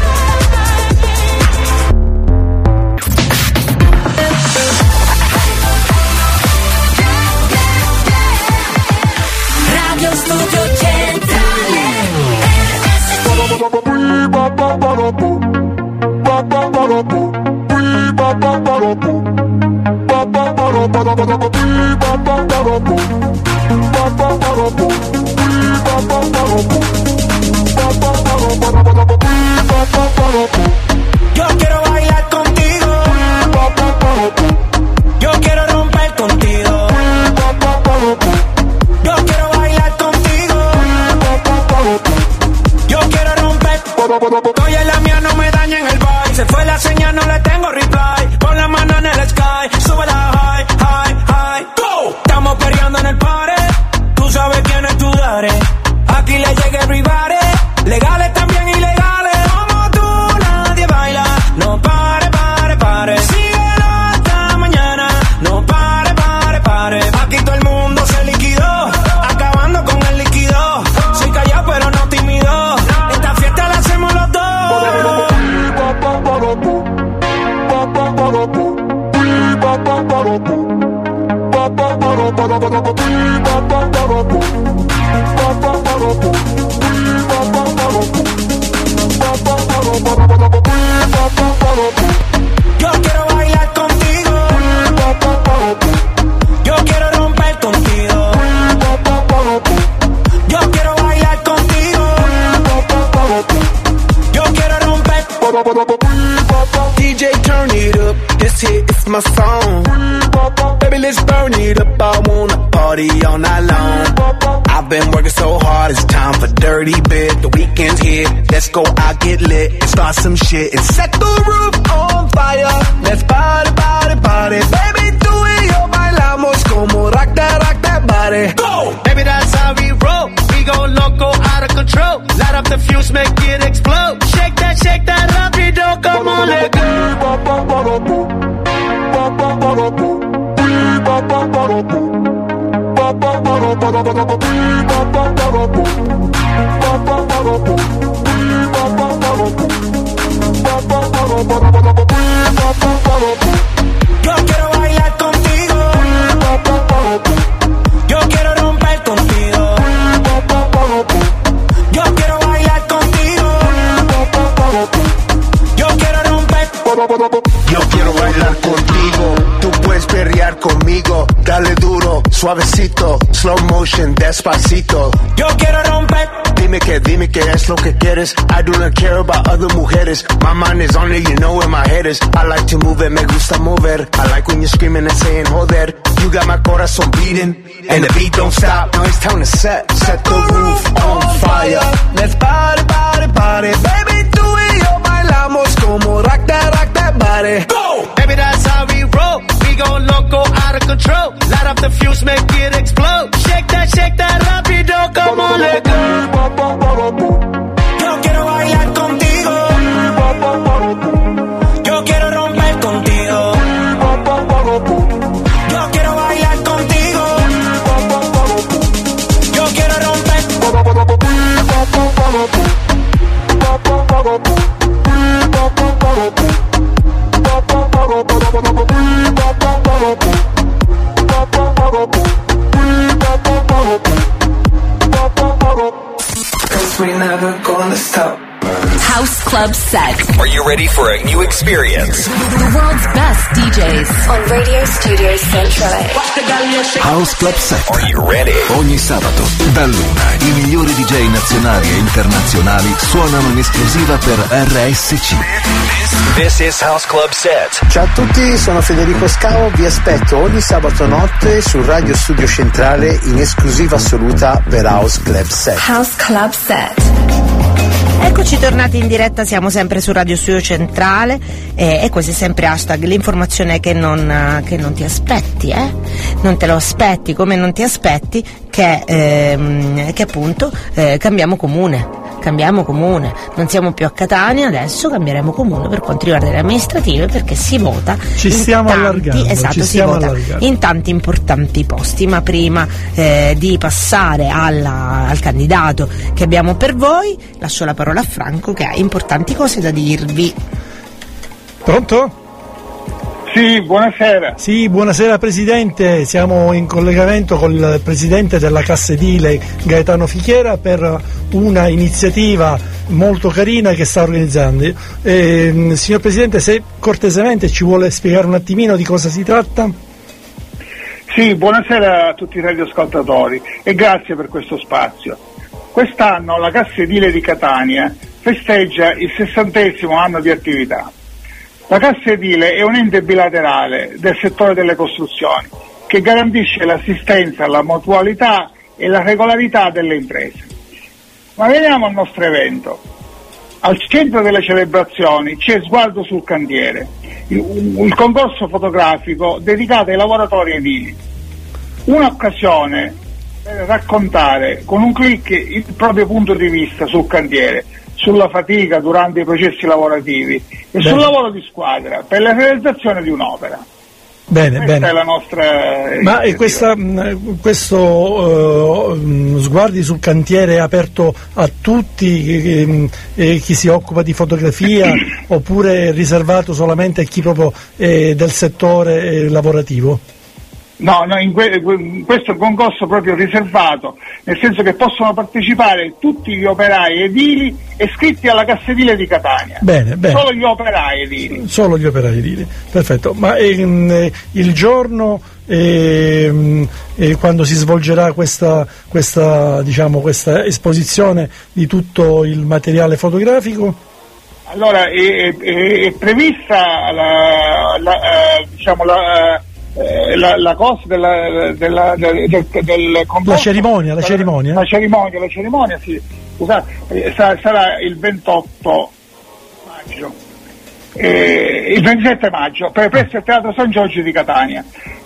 Radio Studio Centrale. Yo quiero bailar contigo, yo quiero romper contigo, yo quiero bailar contigo, yo quiero romper. Oye, la mía no me daña en el vibe, se fue la señal, no le tengo reply. Pon la mano en el sky, sube la high, high, high. Go. Estamos peleando en el party, tú sabes quién es tu daddy. Aquí le llega everybody, legales también ilegales. Como tú nadie baila, no pare, pare, pare. Síguelo hasta mañana, no pare, pare, pare. Aquí todo el mundo se liquidó, acabando con el líquido. Soy callado pero no tímido, esta fiesta la hacemos los dos. Yo quiero bailar contigo, yo quiero romper contigo, yo quiero bailar contigo, yo quiero romper. D J turn it up, this hit is my song. Baby let's burn it up, I wanna party all night long. I've been working so hard, it's time for dirty bit. The weekend's here, let's go out, get lit, and start some shit, and set the roof on fire. Let's party, party, party, baby, tú y yo bailamos como rock that, rock that body. Go! Baby, that's how we roll. We go loco, out of control. Light up the fuse, make it explode. Shake that, shake that, rapido, come on, let go. Yo quiero bailar contigo. Yo quiero romper contigo. Yo quiero bailar contigo. Yo quiero romper. Yo quiero bailar contigo. Tú puedes perrear conmigo. Dale duro, suavecito, slow motion, despacito. Yo quiero romper. Dime que, dime que es lo que quieres. I do not care about other mujeres. My mind is on it, you know where my head is. I like to move it, me gusta mover. I like when you're screaming and saying joder. You got my corazón beating, and the beat don't stop. Now it's time to set, set the roof on fire. Let's party, party, party. Baby, tú y yo bailamos como rock that, rock that body. Go! Baby, that's how we roll. We go loco, out of control. Light up the fuse, make it explode. Shake that, shake that, rapido, come on, let go. Yo quiero bailar contigo. Yo quiero romper contigo. Yo quiero bailar contigo. Yo quiero romper. We're never gonna stop. House Club Set. Are you ready for a new experience? The world's best D Js on Radio Studio Centrale. House Club Set. Are you ready? Ogni sabato, dall'una, i migliori D J nazionali e internazionali suonano in esclusiva per R S C. This is House Club Set. Ciao a tutti, sono Federico Scavo, vi aspetto ogni sabato notte su Radio Studio Centrale in esclusiva assoluta per House Club Set. House Club Set. Eccoci tornati in diretta, siamo sempre su Radio Studio Centrale eh, e questo è sempre hashtag l'informazione che non, che non ti aspetti, eh? Non te lo aspetti, come non ti aspetti che, ehm, che appunto eh, cambiamo comune. Cambiamo comune, non siamo più a Catania, adesso cambieremo comune per quanto riguarda le amministrative perché si vota ci in stiamo tanti, allargando, esatto, ci si stiamo vota allargando. in tanti importanti posti, ma prima eh, di passare alla, al candidato che abbiamo per voi, lascio la parola a Franco che ha importanti cose da dirvi. Pronto? Sì, buonasera. Sì, buonasera Presidente, siamo in collegamento con il Presidente della Cassa Edile Gaetano Fichiera per una iniziativa molto carina che sta organizzando. Eh, signor Presidente, se cortesemente ci vuole spiegare un attimino di cosa si tratta? Sì, buonasera a tutti i radioascoltatori e grazie per questo spazio. Quest'anno la Cassa Edile di Catania festeggia il sessantesimo anno di attività. La Cassa Edile è un ente bilaterale del settore delle costruzioni che garantisce l'assistenza, la mutualità e la regolarità delle imprese. Ma veniamo al nostro evento. Al centro delle celebrazioni c'è Sguardo sul cantiere, il, il concorso fotografico dedicato ai lavoratori edili. Un'occasione per raccontare con un clic il proprio punto di vista sul cantiere, sulla fatica durante i processi lavorativi e Bene. sul lavoro di squadra per la realizzazione di un'opera. Bene, Questa bene. è la nostra Ma e questa, mh, questo uh, Sguardi sul cantiere è aperto a tutti, eh, eh, chi si occupa di fotografia oppure è riservato solamente a chi proprio è del settore eh, lavorativo? No, no, in, que- in questo è un concorso proprio riservato, nel senso che possono partecipare tutti gli operai edili iscritti alla Cassa Edile di Catania. Bene, bene. Solo gli operai edili. Solo gli operai edili, perfetto. Ma ehm, il giorno ehm, eh, quando si svolgerà questa, questa, diciamo, questa esposizione di tutto il materiale fotografico? Allora, è, è, è prevista la, la, eh, diciamo la, eh, la, la cosa della, della, del, del, del la cerimonia, la cerimonia. La cerimonia, la cerimonia, sì. Scusate, eh, sarà, sarà il ventotto maggio. Eh, il ventisette maggio per presso il Teatro San Giorgio di Catania.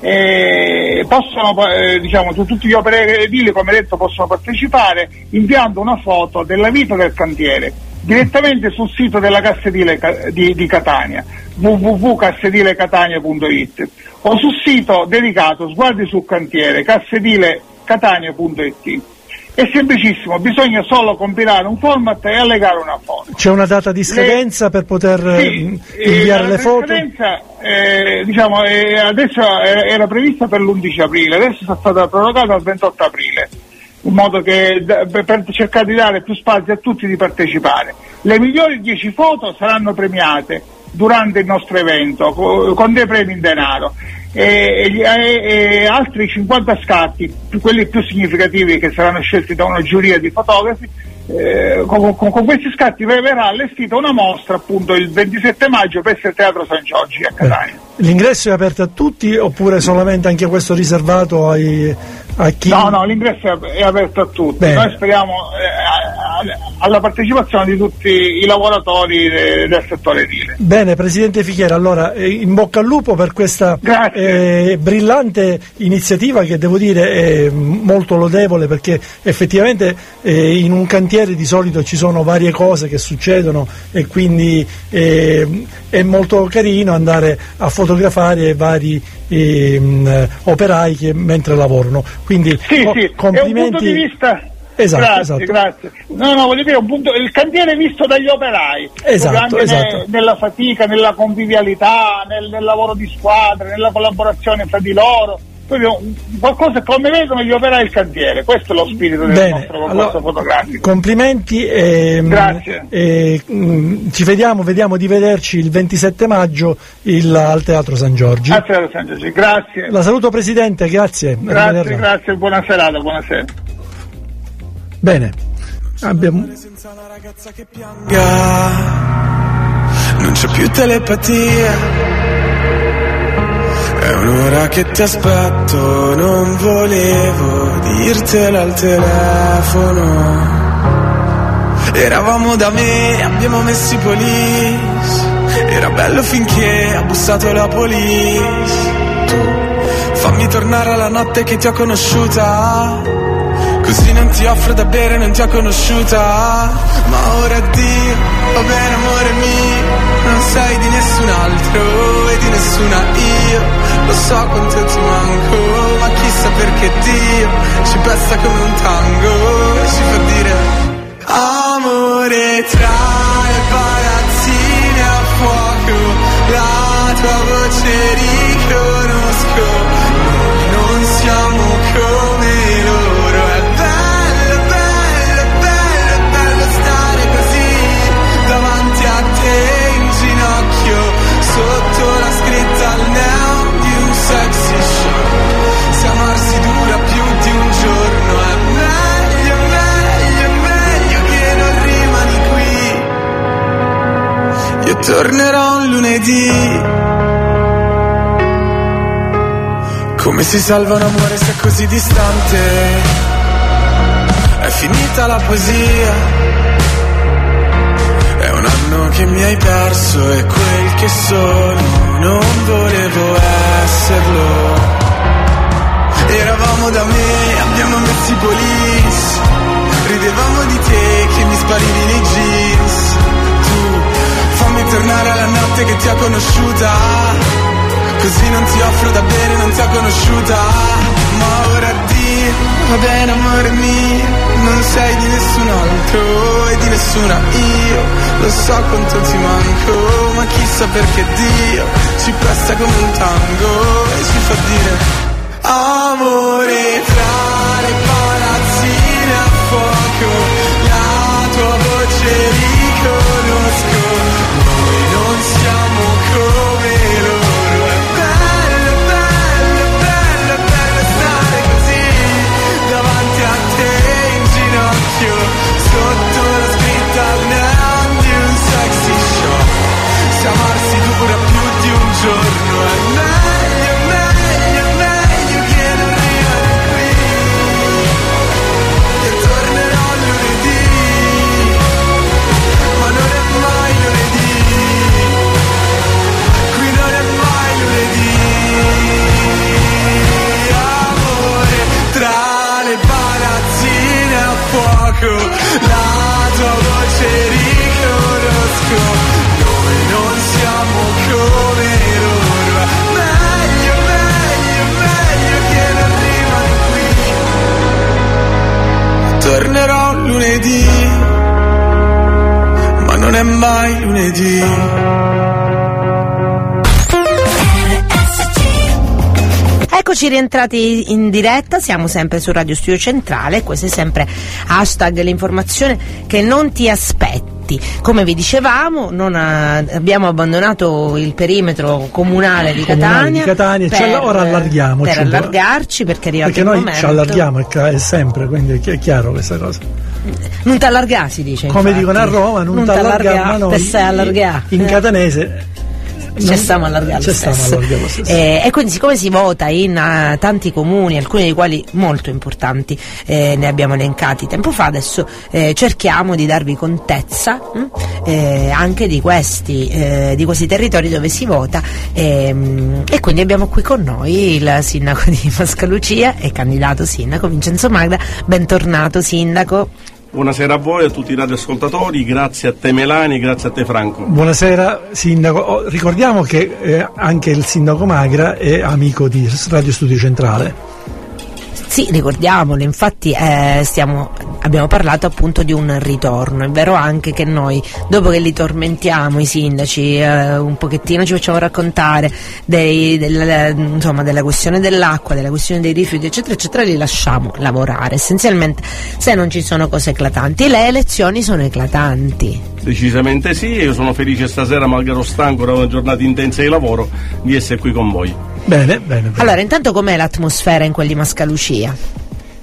Eh, possono, eh, diciamo, tutti gli operai edili, come detto, possono partecipare inviando una foto della vita del cantiere direttamente sul sito della Cassa Edile di, di Catania, w w w punto cassedile catania punto i t, o sul sito dedicato Sguardi sul cantiere, cassedile catania punto i t. È semplicissimo, bisogna solo compilare un format e allegare una foto. C'è una data di scadenza le... per poter sì, inviare eh, le foto? La scadenza eh, diciamo, eh, adesso era prevista per l'undici aprile, adesso è stata prorogata al ventotto aprile, in modo che per cercare di dare più spazio a tutti di partecipare. Le migliori dieci foto saranno premiate durante il nostro evento con dei premi in denaro. E, e, e altri cinquanta scatti, quelli più significativi, che saranno scelti da una giuria di fotografi, eh, con, con, con questi scatti verrà allestita una mostra appunto il ventisette maggio presso il Teatro San Giorgio a Catania. Eh, l'ingresso è aperto a tutti oppure solamente anche questo riservato ai, a chi? No, no, l'ingresso è aperto a tutti. Bene. Noi speriamo eh, alla partecipazione di tutti i lavoratori de, del settore edile. Bene, Presidente Fichiera, allora eh, in bocca al lupo per questa eh, brillante iniziativa, che devo dire è molto lodevole, perché effettivamente eh, in un cantiere di solito ci sono varie cose che succedono e quindi eh, è molto carino andare a fotografare vari eh, operai che mentre lavorano. Quindi sì, co- sì, complimenti. È un punto di vista. Esatto, grazie, esatto. grazie. No, no, voglio dire, un punto, il cantiere visto dagli operai, esatto, anche esatto. Ne, nella fatica, nella convivialità, nel, nel lavoro di squadra, nella collaborazione fra di loro. Qualcosa come vedono gli operai il cantiere, questo è lo spirito del Bene, nostro concorso allora, fotografico. Complimenti e, grazie. E, mh, ci vediamo, vediamo di vederci il ventisette maggio il, al Teatro San Giorgio. Al Teatro San Giorgio, grazie. La saluto Presidente, grazie. Grazie, grazie, buona serata, buonasera. Bene, abbiamo senza una ragazza che pianga, non c'è più telepatia. È un'ora che ti aspetto, non volevo dirtela al telefono. Eravamo da me, abbiamo messo i police. Era bello finché ha bussato la police. Tu fammi tornare alla notte che ti ho conosciuta, così non ti offro da bere, non ti ho conosciuta. Ma ora addio, va bene amore mio, non sei di nessun altro e di nessuna io. Lo so quanto ti manco, ma chissà perché Dio ci pesta come un tango e ci fa dire amore tra le palazzine a fuoco. La tua voce riconosco, noi non siamo come loro. È bello, bello, bello, bello stare così davanti a te in ginocchio, sotto la scritta al neon di un sexy show. Se amarsi dura più di un giorno è meglio, meglio, meglio che non rimani qui. Io tornerò un lunedì. Come si salva un amore se è così distante? È finita la poesia. È un anno che mi hai perso e quel che sono non volevo esserlo. Eravamo da me, abbiamo messo i police. Ridevamo di te che mi sparivi nei jeans. Tu fammi tornare alla notte che ti ho conosciuta, così non ti offro da bere, non ti ho conosciuta. Ma ora addio, va bene amore mio, non sei di nessun altro e di nessuna io. Lo so quanto ti manco, ma chissà perché Dio ci presta come un tango e ci fa dire amore tra le palazzine a fuoco. La tua voce riconosco, noi non siamo come loro. È bello, bello, bello, bello stare così davanti a te in ginocchio, sotto la scritta al neon di un sexy show. Se amarsi dura più di un giorno è meglio, meglio, la tua voce riconosco, noi non siamo come loro, meglio, meglio, meglio che non rimani qui. Tornerò lunedì, ma non è mai lunedì. Eccoci rientrati in diretta, siamo sempre su Radio Studio Centrale, questo è sempre hashtag l'informazione che non ti aspetti. Come vi dicevamo, non ha, abbiamo abbandonato il perimetro comunale di comunale Catania, di Catania per, cioè, ora allarghiamoci per allargarci perché è arrivato perché il noi momento. ci allarghiamo è, è sempre, quindi è chiaro questa cosa. Non t'allargà si dice, come infatti. dicono a Roma, non, non t'allargà, ma noi te stai allargà. in catanese ci stiamo allargando lo stesso. Eh, e quindi siccome si vota in uh, tanti comuni, alcuni dei quali molto importanti, eh, ne abbiamo elencati tempo fa, adesso eh, cerchiamo di darvi contezza hm? eh, anche di questi, eh, di questi territori dove si vota, ehm, e quindi abbiamo qui con noi il sindaco di Mascalucia e candidato sindaco Vincenzo Magra. Bentornato sindaco. Buonasera a voi, a tutti i radioascoltatori, grazie a te Melani, grazie a te Franco. Buonasera sindaco, oh, ricordiamo che eh, anche il sindaco Magra è amico di Radio Studio Centrale. Sì, ricordiamolo, infatti eh, stiamo, abbiamo parlato appunto di un ritorno. È vero anche che noi, dopo che li tormentiamo i sindaci, eh, un pochettino ci facciamo raccontare dei, del, insomma, della questione dell'acqua, della questione dei rifiuti eccetera eccetera, li lasciamo lavorare essenzialmente se non ci sono cose eclatanti. Le elezioni sono eclatanti. Decisamente sì, io sono felice stasera, malgrado stanco da una giornata intensa di lavoro, di essere qui con voi. Bene, bene, bene. Allora, intanto com'è l'atmosfera in quel di Mascalucia?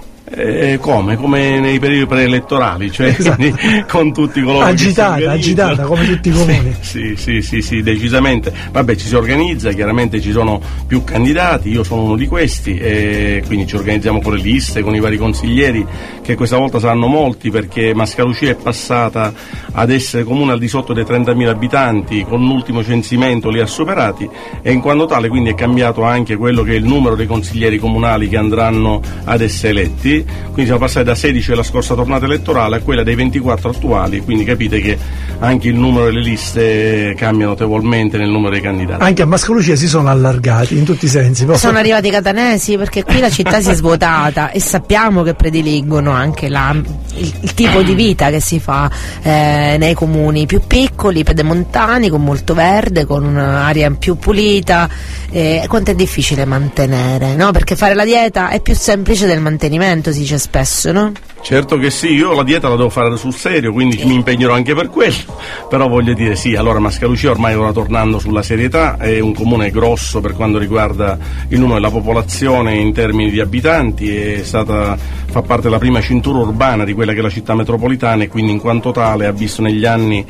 Eh, come? Come nei periodi preelettorali, cioè esatto. con tutti coloro agitata, che si agitata come tutti i comuni. Sì, sì, sì, sì, decisamente. Vabbè, ci si organizza, chiaramente ci sono più candidati, io sono uno di questi, e quindi ci organizziamo con le liste, con i vari consiglieri, che questa volta saranno molti perché Mascalucia è passata ad essere comune al di sotto dei trentamila abitanti, con l'ultimo censimento li ha superati, e in quanto tale quindi è cambiato anche quello che è il numero dei consiglieri comunali che andranno ad essere eletti. Quindi siamo passati da sedici della scorsa tornata elettorale a quella dei ventiquattro attuali, quindi capite che anche il numero delle liste cambia notevolmente nel numero dei candidati. Anche a Mascalucia si sono allargati in tutti i sensi. Sono arrivati i catanesi perché qui la città si è svuotata e sappiamo che prediligono anche la, il, il tipo di vita che si fa eh, nei comuni più piccoli, pedemontani, con molto verde, con un'aria più pulita. Eh, quanto è difficile mantenere, no? Perché fare la dieta è più semplice del mantenimento, si dice spesso, no? Certo che sì, io la dieta la devo fare sul serio, quindi mi impegnerò anche per quello, però voglio dire sì, allora Mascalucia ormai ora tornando sulla serietà, è un comune grosso per quanto riguarda il numero della popolazione in termini di abitanti, è stata, fa parte della prima cintura urbana di quella che è la città metropolitana, e quindi in quanto tale ha visto negli anni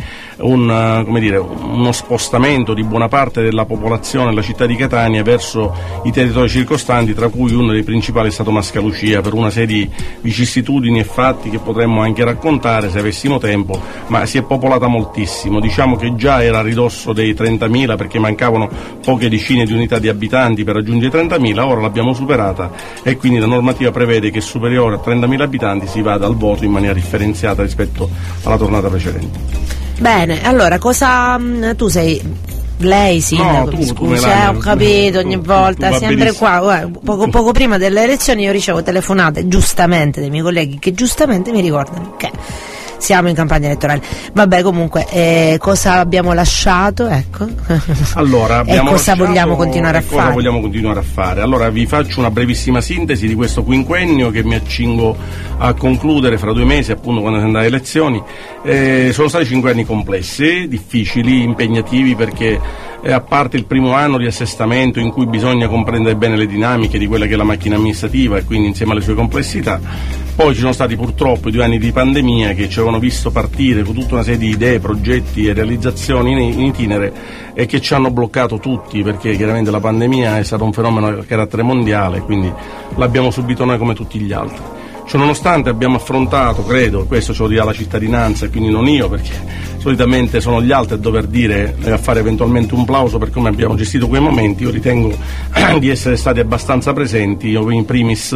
un, come dire, uno spostamento di buona parte della popolazione della città di Catania verso i territori circostanti, tra cui uno dei principali è stato Mascalucia, per una serie di vicissitudini e fatti che potremmo anche raccontare se avessimo tempo, ma si è popolata moltissimo. Diciamo che già era a ridosso dei trentamila perché mancavano poche decine di unità di abitanti per raggiungere i trentamila, ora l'abbiamo superata e quindi la normativa prevede che superiore a trentamila abitanti si vada al voto in maniera differenziata rispetto alla tornata precedente. Bene, allora cosa tu sei... Lei sindaco, no, mi tu, scusi, tu eh, ho capito, ogni tu, volta, tu, tu sempre qua, guarda, poco, poco prima delle elezioni io ricevo telefonate, giustamente, dei miei colleghi che giustamente mi ricordano che siamo in campagna elettorale. Vabbè, comunque, eh, cosa abbiamo lasciato, ecco. Allora, abbiamo e cosa lasciato, vogliamo continuare a cosa fare? vogliamo continuare a fare? Allora, vi faccio una brevissima sintesi di questo quinquennio che mi accingo a concludere fra due mesi, appunto quando si andrà alle elezioni. Eh, sono stati cinque anni complessi, difficili, impegnativi, perché eh, a parte il primo anno di assestamento in cui bisogna comprendere bene le dinamiche di quella che è la macchina amministrativa e quindi insieme alle sue complessità, poi ci sono stati purtroppo i due anni di pandemia che ci avevano visto partire con tutta una serie di idee, progetti e realizzazioni in, in itinere e che ci hanno bloccato tutti, perché chiaramente la pandemia è stato un fenomeno a carattere mondiale, quindi l'abbiamo subito noi come tutti gli altri. Ciononostante abbiamo affrontato, credo, questo ce lo dirà la cittadinanza e quindi non io, perché solitamente sono gli altri a dover dire e a fare eventualmente un plauso per come abbiamo gestito quei momenti. Io ritengo di essere stati abbastanza presenti, io in primis,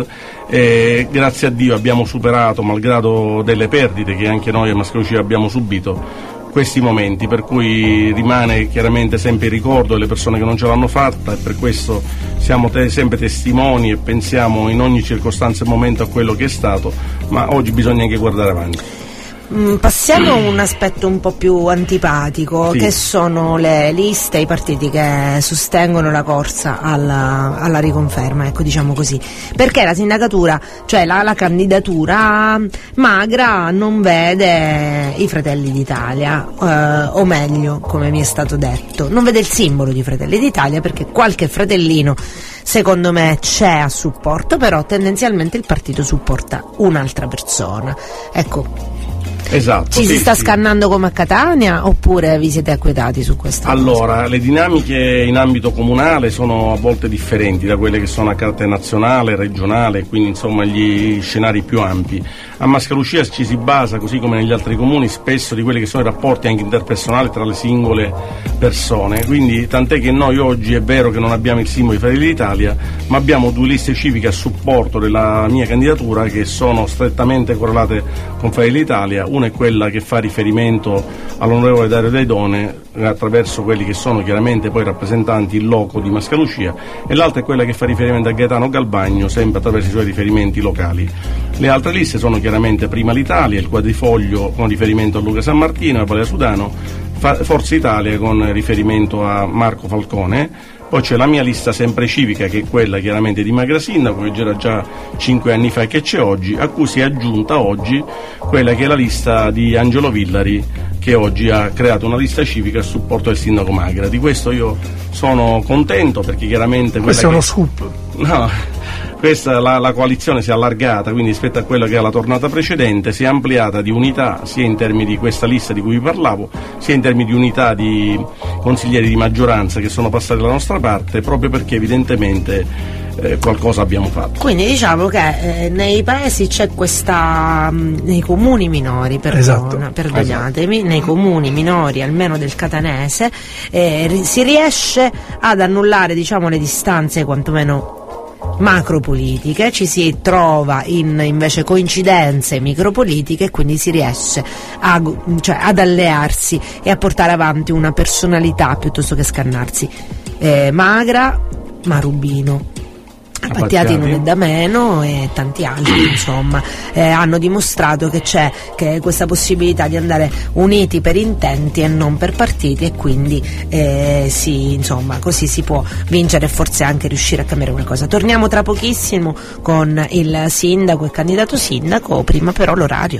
e grazie a Dio abbiamo superato, malgrado delle perdite che anche noi a Mascalucia abbiamo subito, questi momenti, per cui rimane chiaramente sempre il ricordo delle persone che non ce l'hanno fatta, e per questo siamo te- sempre testimoni e pensiamo in ogni circostanza e momento a quello che è stato, ma oggi bisogna anche guardare avanti. Mm, passiamo a un aspetto un po' più antipatico, sì. che sono le liste, i partiti che sostengono la corsa alla, alla riconferma, ecco, diciamo così, perché la sindacatura, cioè la, la candidatura magra non vede i Fratelli d'Italia, eh, o meglio, come mi è stato detto, non vede il simbolo di Fratelli d'Italia, perché qualche fratellino secondo me c'è a supporto, però tendenzialmente il partito supporta un'altra persona, ecco. Esatto, Ci sì, si sta sì. scannando come a Catania oppure vi siete acquietati su questo? Allora, cosa? le dinamiche in ambito comunale sono a volte differenti da quelle che sono a carattere nazionale, regionale, quindi insomma gli scenari più ampi. A Mascalucia ci si basa, così come negli altri comuni, spesso di quelli che sono i rapporti anche interpersonali tra le singole persone, quindi tant'è che noi oggi è vero che non abbiamo il simbolo di Fratelli d'Italia, ma abbiamo due liste civiche a supporto della mia candidatura che sono strettamente correlate con Fratelli d'Italia. Una è quella che fa riferimento all'onorevole Dario Daidone attraverso quelli che sono chiaramente poi rappresentanti in loco di Mascalucia, e l'altra è quella che fa riferimento a Gaetano Galbagno, sempre attraverso i suoi riferimenti locali. Le altre liste sono chiaramente prima l'Italia, il quadrifoglio con riferimento a Luca San Martino e a Valeria Sudano, Forza Italia con riferimento a Marco Falcone. Poi c'è la mia lista sempre civica, che è quella chiaramente di Magra Sindaco, che c'era già cinque anni fa e che c'è oggi, a cui si è aggiunta oggi quella che è la lista di Angelo Villari, che oggi ha creato una lista civica a supporto del sindaco Magra. Di questo io sono contento, perché chiaramente... Questo è uno che... scoop. No, questa la, la coalizione si è allargata, quindi rispetto a quella che era la tornata precedente si è ampliata di unità, sia in termini di questa lista di cui vi parlavo, sia in termini di unità di consiglieri di maggioranza che sono passati dalla nostra parte, proprio perché evidentemente eh, qualcosa abbiamo fatto. Quindi diciamo che eh, nei paesi c'è questa, mh, nei comuni minori, perdona, Esatto. perdonatemi, esatto. Nei comuni minori, almeno del catanese, eh, ri- si riesce ad annullare, diciamo, le distanze quantomeno macropolitiche, ci si trova in invece coincidenze micropolitiche, e quindi si riesce a, cioè, ad allearsi e a portare avanti una personalità piuttosto che scannarsi. eh, Magra, Marubino, Battiati non è da meno, e tanti altri insomma eh, hanno dimostrato che c'è che questa possibilità di andare uniti per intenti e non per partiti, e quindi eh, sì, insomma, così si può vincere e forse anche riuscire a cambiare qualcosa. Torniamo tra pochissimo con il sindaco e candidato sindaco, prima però l'orario.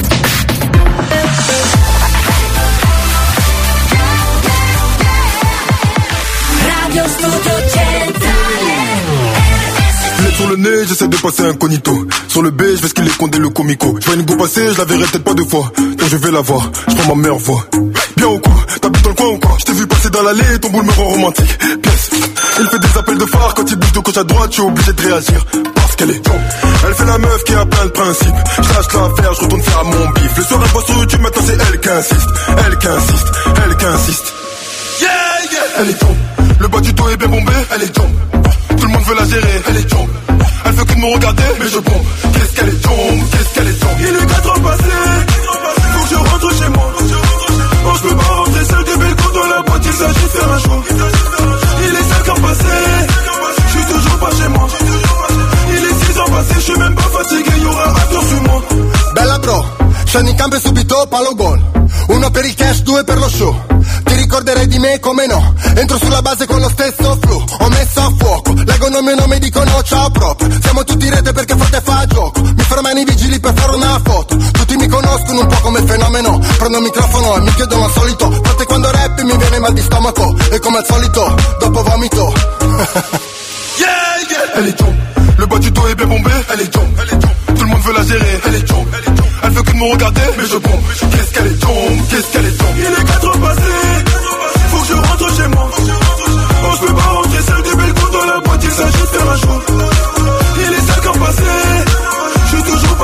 Radio Studio Centrale. Sur le nez, j'essaie de passer incognito. Sur le B, je vais skiller Condé le comico. Je vois une go passer, je la verrai peut-être pas deux fois. Donc je vais la voir, je prends ma meilleure voix. Bien ou quoi? T'habites dans le coin ou quoi? Je t'ai vu passer dans l'allée, ton boule me rend romantique. Pièce. Il fait des appels de phare, quand il bouge de gauche à droite, je suis obligé de réagir. Parce qu'elle est top. Elle fait la meuf qui a plein de principes. Je lâche l'affaire, je retourne faire mon bif. Le soir elle voit sur YouTube, maintenant c'est elle qui insiste. Elle qui insiste, elle qui insiste. Yeah, yeah. Elle est top. Le bas du dos est bien bombé, elle est top. Tout le monde veut la gérer, elle est tombe. Elle veut que de me regarder, mais je bombe. Qu'est-ce qu'elle est tombe, qu'est-ce qu'elle est tombe. Il est quatre ans passé, faut que je rentre chez moi. Oh, je peux pas rentrer seul des belles côtes dans la boîte, il s'agit de faire un choix. Il est cinq ans passé, je suis toujours pas chez moi. Il est six ans passé, je suis même pas fatigué, y'aura un tour sur moi. Bella bro, scendi in campo e subito palo gol. Uno per il cash, due per lo show. Ti ricorderai di me come no. Entro sulla base con lo stesso flow. Ho messo a fuoco, leggono il mio nome e dicono ciao proprio. Siamo tutti in rete perché forte fa gioco. Mi fermano i vigili per fare una foto. Tutti mi conoscono un po' come il fenomeno. Prendo il microfono e mi chiedono al solito. Forte quando rappi mi viene mal di stomaco. E come al solito, dopo vomito. Yeah, yeah. Elle est tombe. Le bas du dos est bien bombé, elle est tombe. Elle est tombe. Tout le monde veut la gérer, elle est tombe. Elle est tombe. Elle veut que de me regarder, mais je bombe. Qu'est-ce qu'elle est tombe, qu'est-ce qu'elle est tombe. Il est quatre ans passé, faut que je rentre chez moi. Oh, je peux pas rentrer seul des belles côtes dans la boîte, il s'agit de faire un choix. Il est cinq ans passé, je suis toujours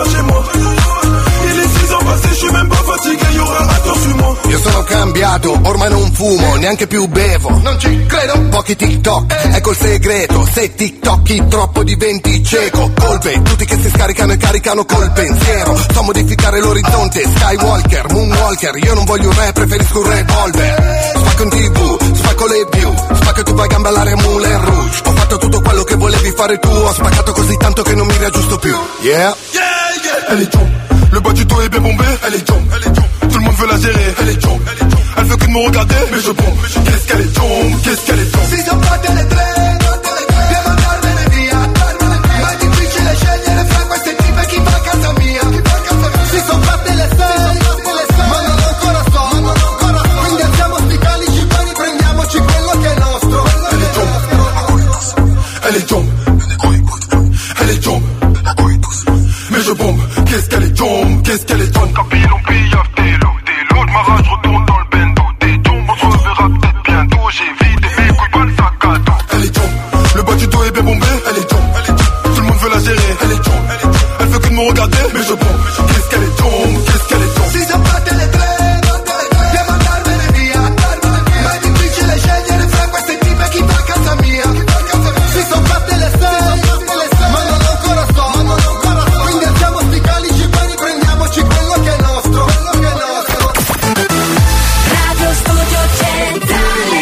fumo, neanche più bevo. Non ci credo. Pochi TikTok, ecco il segreto. Se TikTokchi troppo diventi cieco. Colpe, tutti che si scaricano e caricano col pensiero. So modificare l'orizzonte, Skywalker, Moonwalker. Io non voglio un re, preferisco un revolver. Spacco in tv, spacco le view, spacco tipo a gamba all'area Moulin Rouge. Ho fatto tutto quello che volevi fare tu, ho spaccato così tanto che non mi riaggiusto più. Yeah, yeah, yeah. Elle est jump, le bas du dos est bien bombé. Elle est jump, elle est jump, tout le monde veut la gérer. Elle est jump, elle est jump, elle veut que de me regarder, mais je bombe. Qu'est-ce qu'elle est jump, qu'est-ce qu'elle est jump. Si son fatte le tre, devo andarmene via. Ma è difficile scegliere fra queste tipe chi va a casa mia. Si son fatte le sei, ma non ancora so. Quindi alziamo sti calici, poi riprendiamoci quello che è nostro. Elle est jump, elle est jump, elle est jump, mais je bombe. Qu'est-ce qu'elle est jump, qu'est-ce qu'elle est jump. Capillo, pillard, t'es l'eau, t'es l'eau. De ma rage, retourne dans le bendo. T'es jump, on se reverra peut-être bientôt. J'ai vidé mes couilles, pas le sac à dos. Elle est jump, le bas du dos est bien bombé. Elle est jump, elle est jump, tout le monde veut la gérer. Elle est jump, elle est jump, elle veut que de me regarder, mais je bombe. Qu'est-ce qu'elle est jump, qu'est-ce qu'elle est jump. Si ça batte le tre, devo andarmene via. Ma è difficile scegliere fra queste tipe chi va a casa mia. Si son fatte le sei, ma non ancora so. Quindi alziamo sti calici, poi riprendiamoci quello che è nostro. Radio Studio Centrale.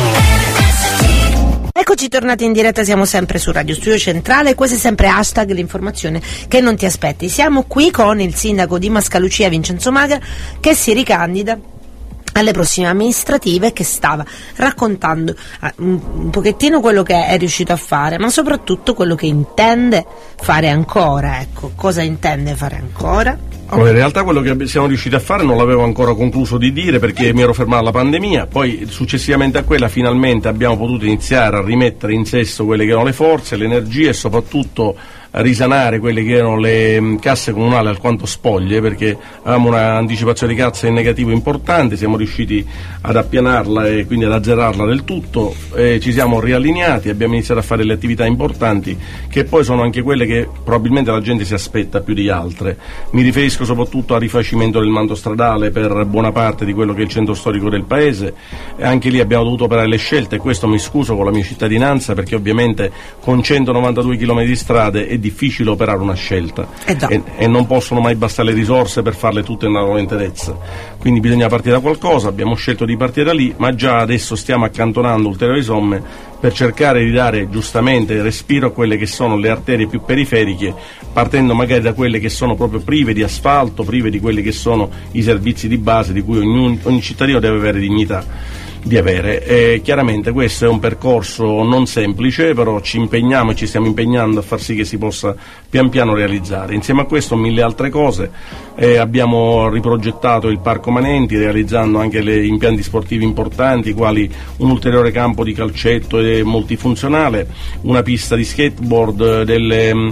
Eccoci tornati in diretta, siamo sempre su Radio Studio Centrale, questo è sempre hashtag l'informazione che non ti aspetti. Siamo qui con il sindaco di Mascalucia, Vincenzo Magra, che si ricandida alle prossime amministrative, che stava raccontando uh, un, un pochettino quello che è riuscito a fare, ma soprattutto quello che intende fare ancora. Ecco, cosa intende fare ancora? Allora, in realtà quello che siamo riusciti a fare non l'avevo ancora concluso di dire perché mi ero fermato alla pandemia, poi successivamente a quella finalmente abbiamo potuto iniziare a rimettere in sesto quelle che erano le forze, le energie e soprattutto risanare quelle che erano le mh, casse comunali alquanto spoglie, perché avevamo un'anticipazione di cassa in negativo importante, siamo riusciti ad appianarla e quindi ad azzerarla del tutto, e ci siamo riallineati, abbiamo iniziato a fare le attività importanti che poi sono anche quelle che probabilmente la gente si aspetta più di altre. Mi riferisco soprattutto al rifacimento del manto stradale per buona parte di quello che è il centro storico del paese, e anche lì abbiamo dovuto operare le scelte, e questo mi scuso con la mia cittadinanza perché ovviamente con centonovantadue chilometri di strade è difficile operare una scelta eh e, e non possono mai bastare le risorse per farle tutte nella loro interezza, quindi bisogna partire da qualcosa. Abbiamo scelto di partire da lì, ma già adesso stiamo accantonando ulteriori somme per cercare di dare giustamente respiro a quelle che sono le arterie più periferiche, partendo magari da quelle che sono proprio prive di asfalto, prive di quelli che sono i servizi di base di cui ogni, ogni cittadino deve avere dignità di avere. E chiaramente questo è un percorso non semplice, però ci impegniamo e ci stiamo impegnando a far sì che si possa pian piano realizzare. Insieme a questo mille altre cose, eh, abbiamo riprogettato il Parco Manenti realizzando anche le impianti sportivi importanti quali un ulteriore campo di calcetto e multifunzionale, una pista di skateboard, delle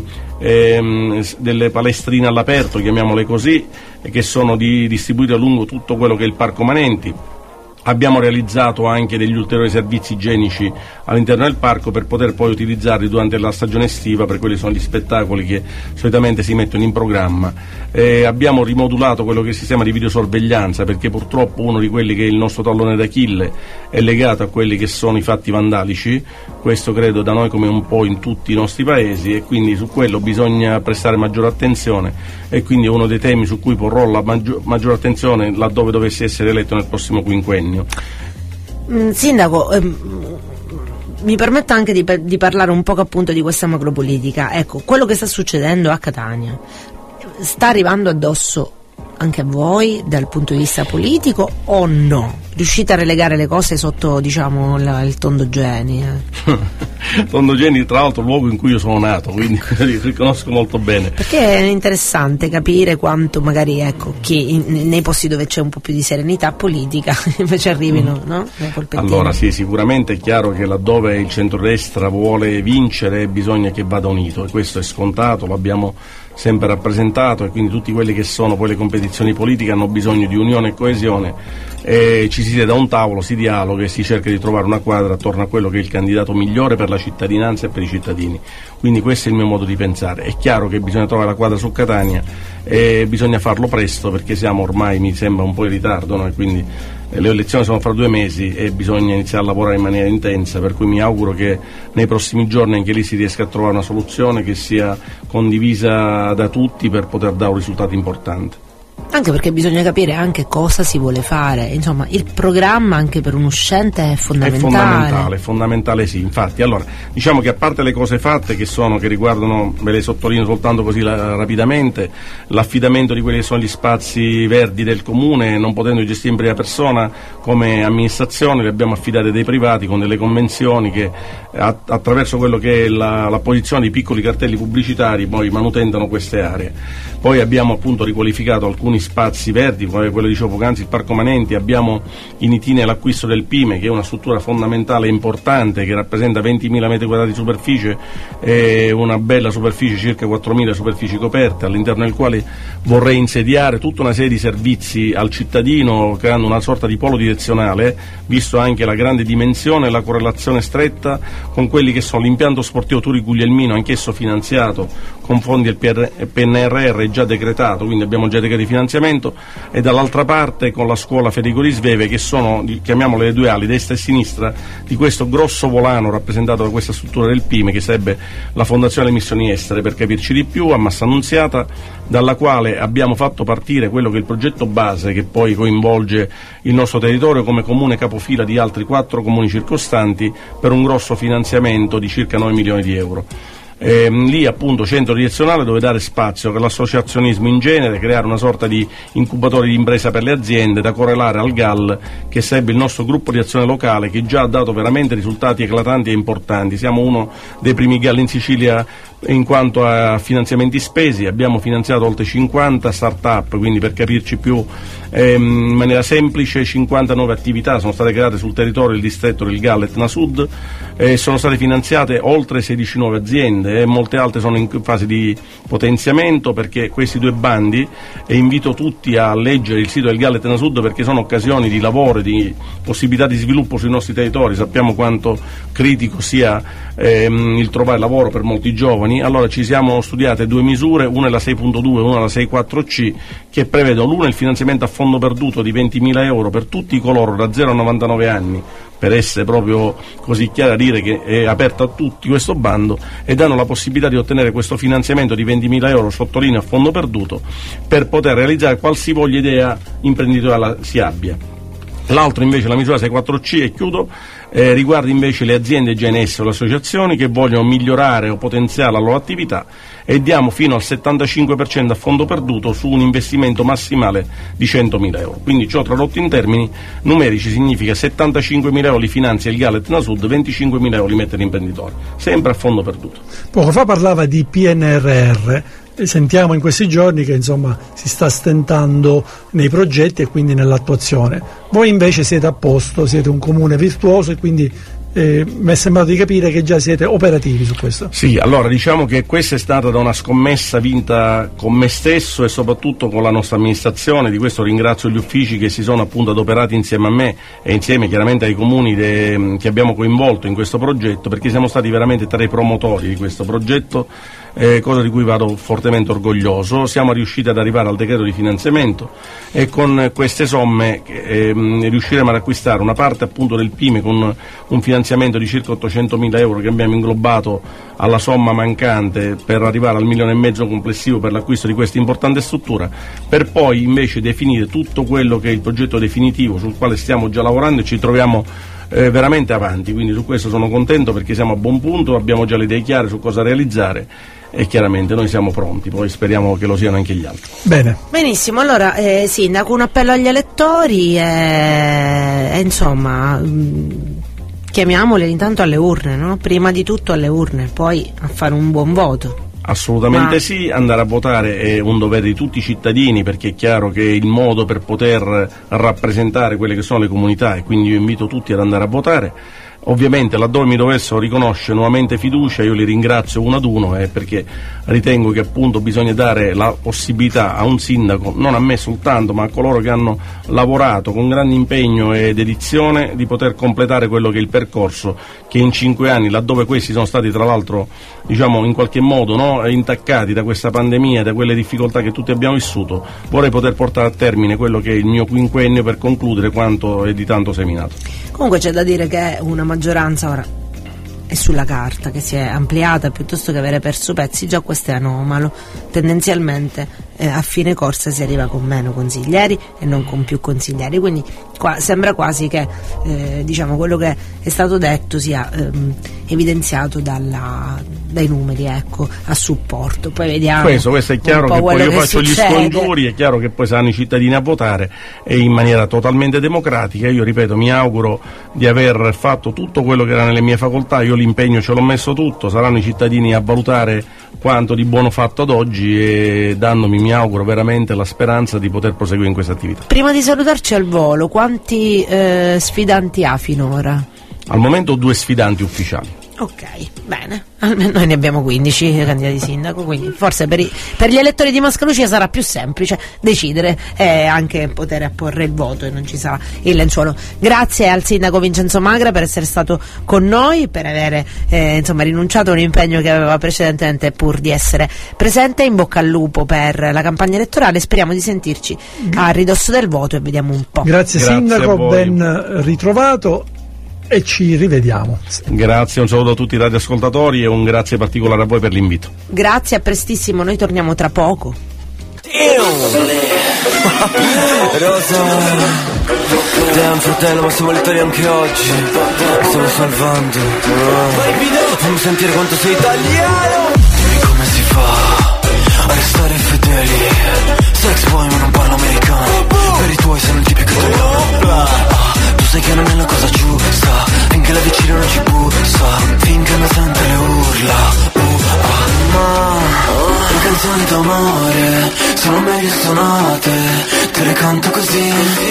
Ehm, delle palestrine all'aperto, chiamiamole così, che sono di, distribuite lungo tutto quello che è il Parco Manenti. Abbiamo realizzato anche degli ulteriori servizi igienici all'interno del parco per poter poi utilizzarli durante la stagione estiva per quelli che sono gli spettacoli che solitamente si mettono in programma. Eh, abbiamo rimodulato quello che è il sistema di videosorveglianza, perché purtroppo uno di quelli che è il nostro tallone d'Achille è legato a quelli che sono i fatti vandalici, questo credo da noi come un po' in tutti i nostri paesi, e quindi su quello bisogna prestare maggiore attenzione, e quindi è uno dei temi su cui porrò la maggior, maggiore attenzione laddove dovessi essere eletto nel prossimo quinquennio. Mm, Sindaco, ehm, mi permetto anche di, di parlare un poco appunto di questa macropolitica. Ecco, quello che sta succedendo a Catania sta arrivando addosso anche a voi dal punto di vista politico o no? Riuscite a relegare le cose sotto, diciamo, la, il tondo Geni? Eh? Tondo Geni, tra l'altro, luogo in cui io sono nato, quindi riconosco molto bene. Perché è interessante capire quanto magari, ecco, chi in, nei posti dove c'è un po' più di serenità politica invece arrivino, mm. no? Allora sì, sicuramente è chiaro che laddove il centrodestra vuole vincere bisogna che vada unito, e questo è scontato, lo abbiamo sempre rappresentato, e quindi tutti quelli che sono poi le competizioni politiche hanno bisogno di unione e coesione, e ci si siede da un tavolo, si dialoga e si cerca di trovare una quadra attorno a quello che è il candidato migliore per la cittadinanza e per i cittadini. Quindi questo è il mio modo di pensare. È chiaro che bisogna trovare la quadra su Catania, e bisogna farlo presto perché siamo ormai, mi sembra, un po' in ritardo, no? E quindi eh, le elezioni sono fra due mesi e bisogna iniziare a lavorare in maniera intensa, per cui mi auguro che nei prossimi giorni anche lì si riesca a trovare una soluzione che sia condivisa da tutti per poter dare un risultato importante. Anche perché bisogna capire anche cosa si vuole fare, insomma il programma anche per un uscente è fondamentale. È fondamentale, è fondamentale sì, infatti. Allora, diciamo che a parte le cose fatte che sono, che riguardano, ve le sottolineo soltanto così la, rapidamente, l'affidamento di quelli che sono gli spazi verdi del comune, non potendo gestire in prima persona come amministrazione, li abbiamo affidati dei privati con delle convenzioni che a, attraverso quello che è la, la posizione di piccoli cartelli pubblicitari poi manutentano queste aree. Poi abbiamo appunto riqualificato alcuni spazi verdi, come quello dicevo poc'anzi, il Parco Manenti, abbiamo in itinere l'acquisto del Pime, che è una struttura fondamentale e importante, che rappresenta ventimila metri quadrati di superficie e una bella superficie, circa quattromila superfici coperte, all'interno del quale vorrei insediare tutta una serie di servizi al cittadino, creando una sorta di polo direzionale, visto anche la grande dimensione e la correlazione stretta con quelli che sono l'impianto sportivo Turi Guglielmino, anch'esso finanziato con fondi del P N R R già decretato, quindi abbiamo già decreti di finanziamento, e dall'altra parte con la scuola Federico Risveve, che sono, chiamiamole le due ali, destra e sinistra, di questo grosso volano rappresentato da questa struttura del Pime, che sarebbe la Fondazione delle Missioni Estere, per capirci di più, a Massa Annunziata, dalla quale abbiamo fatto partire quello che è il progetto base, che poi coinvolge il nostro territorio come comune capofila di altri quattro comuni circostanti, per un grosso finanziamento di circa nove milioni di euro. Eh, lì appunto centro direzionale dove dare spazio per l'associazionismo in genere, creare una sorta di incubatore di impresa per le aziende da correlare al G A L, che sarebbe il nostro gruppo di azione locale, che già ha dato veramente risultati eclatanti e importanti. Siamo uno dei primi G A L in Sicilia in quanto a finanziamenti spesi, abbiamo finanziato oltre cinquanta start-up, quindi per capirci più ehm, in maniera semplice, cinquantanove attività sono state create sul territorio del distretto del G A L Etna Sud, e sono state finanziate oltre sedici nuove aziende e molte altre sono in fase di potenziamento, perché questi due bandi, e invito tutti a leggere il sito del G A L Etna Sud perché sono occasioni di lavoro e di possibilità di sviluppo sui nostri territori. Sappiamo quanto critico sia ehm, il trovare lavoro per molti giovani. Allora ci siamo studiate due misure, una è la sei punto due, una è la sei punto quattro C, che prevedono l'una il finanziamento a fondo perduto di ventimila euro per tutti coloro da zero a novantanove anni, per essere proprio così chiaro a dire che è aperto a tutti questo bando, e danno la possibilità di ottenere questo finanziamento di ventimila euro, sottolineo a fondo perduto, per poter realizzare qualsivoglia idea imprenditoriale si abbia. L'altro invece, la misura sei punto quattro C, e chiudo, eh, riguarda invece le aziende già in esso, le associazioni che vogliono migliorare o potenziare la loro attività, e diamo fino al settantacinque per cento a fondo perduto su un investimento massimale di centomila euro. Quindi ciò tradotto in termini numerici significa settantacinquemila euro li finanzia il G A L Etna Sud, venticinquemila euro li mette l'imprenditore, sempre a fondo perduto. Poco fa parlava di P N R R. Sentiamo in questi giorni che insomma si sta stentando nei progetti e quindi nell'attuazione. Voi invece siete a posto, siete un comune virtuoso, e quindi eh, mi è sembrato di capire che già siete operativi su questo. Sì, allora diciamo che questa è stata da una scommessa vinta con me stesso e soprattutto con la nostra amministrazione. Di questo ringrazio gli uffici che si sono appunto adoperati insieme a me e insieme chiaramente ai comuni de, che abbiamo coinvolto in questo progetto, perché siamo stati veramente tra i promotori di questo progetto. Eh, cosa di cui vado fortemente orgoglioso. Siamo riusciti ad arrivare al decreto di finanziamento, e con queste somme eh, riusciremo ad acquistare una parte appunto del Pime con un finanziamento di circa ottocentomila euro che abbiamo inglobato alla somma mancante per arrivare al milione e mezzo complessivo per l'acquisto di questa importante struttura, per poi invece definire tutto quello che è il progetto definitivo sul quale stiamo già lavorando, e ci troviamo Eh, veramente avanti. Quindi su questo sono contento perché siamo a buon punto, abbiamo già le idee chiare su cosa realizzare, e chiaramente noi siamo pronti, poi speriamo che lo siano anche gli altri. Bene. Benissimo, allora eh, Sindaco, un appello agli elettori e, e insomma mh, chiamiamoli intanto alle urne, no? Prima di tutto alle urne, poi a fare un buon voto. Assolutamente Ma... sì, andare a votare è un dovere di tutti i cittadini, perché è chiaro che è il modo per poter rappresentare quelle che sono le comunità, e quindi io invito tutti ad andare a votare. Ovviamente laddove mi dovessero riconoscere nuovamente fiducia io li ringrazio uno ad uno, eh, perché ritengo che appunto bisogna dare la possibilità a un sindaco, non a me soltanto ma a coloro che hanno lavorato con grande impegno e dedizione, di poter completare quello che è il percorso che in cinque anni, laddove questi sono stati tra l'altro diciamo in qualche modo no, intaccati da questa pandemia, da quelle difficoltà che tutti abbiamo vissuto, vorrei poter portare a termine quello che è il mio quinquennio per concludere quanto è di tanto seminato. Comunque c'è da dire che una maggioranza ora è sulla carta, che si è ampliata piuttosto che avere perso pezzi, già questo è anomalo. Tendenzialmente eh, a fine corsa si arriva con meno consiglieri e non con più consiglieri, quindi qua sembra quasi che eh, diciamo quello che è stato detto sia ehm, evidenziato dalla, dai numeri, ecco, a supporto. Poi vediamo. Questo, questo è chiaro che poi io che faccio succede. Gli scongiuri, è chiaro che poi saranno i cittadini a votare e in maniera totalmente democratica. Io ripeto, mi auguro di aver fatto tutto quello che era nelle mie facoltà, io l'impegno ce l'ho messo tutto, saranno i cittadini a valutare quanto di buono fatto ad oggi e dandomi, mi auguro veramente, la speranza di poter proseguire in questa attività. Prima di salutarci al volo, quanti eh, sfidanti ha finora? Al momento due sfidanti ufficiali. Ok, bene, almeno noi ne abbiamo quindici candidati sindaco, quindi forse per, i, per gli elettori di Mascalucia sarà più semplice decidere e anche poter apporre il voto e non ci sarà il lenzuolo. Grazie al sindaco Vincenzo Magra per essere stato con noi, per avere eh, insomma rinunciato a un impegno che aveva precedentemente pur di essere presente. In bocca al lupo per la campagna elettorale, speriamo di sentirci a ridosso del voto e vediamo un po'. Grazie, Grazie sindaco, ben ritrovato. E ci rivediamo. Grazie, un saluto a tutti i radioascoltatori e un grazie particolare a voi per l'invito. Grazie, a prestissimo, noi torniamo tra poco. Rosa, damn fratello, ma siamo letali anche oggi. Mi stiamo salvando. Fammi sentire quanto sei italiano. Dimmi come si fa a restare fedeli. Sex boy ma non parlo americano. Per i tuoi sono il tipico italiano. Sai che non è la cosa giusta, finché la vicina non ci bussa, finché non sente le urla, uh, ah, ma le canzoni d'amore sono meglio suonate, te le canto così,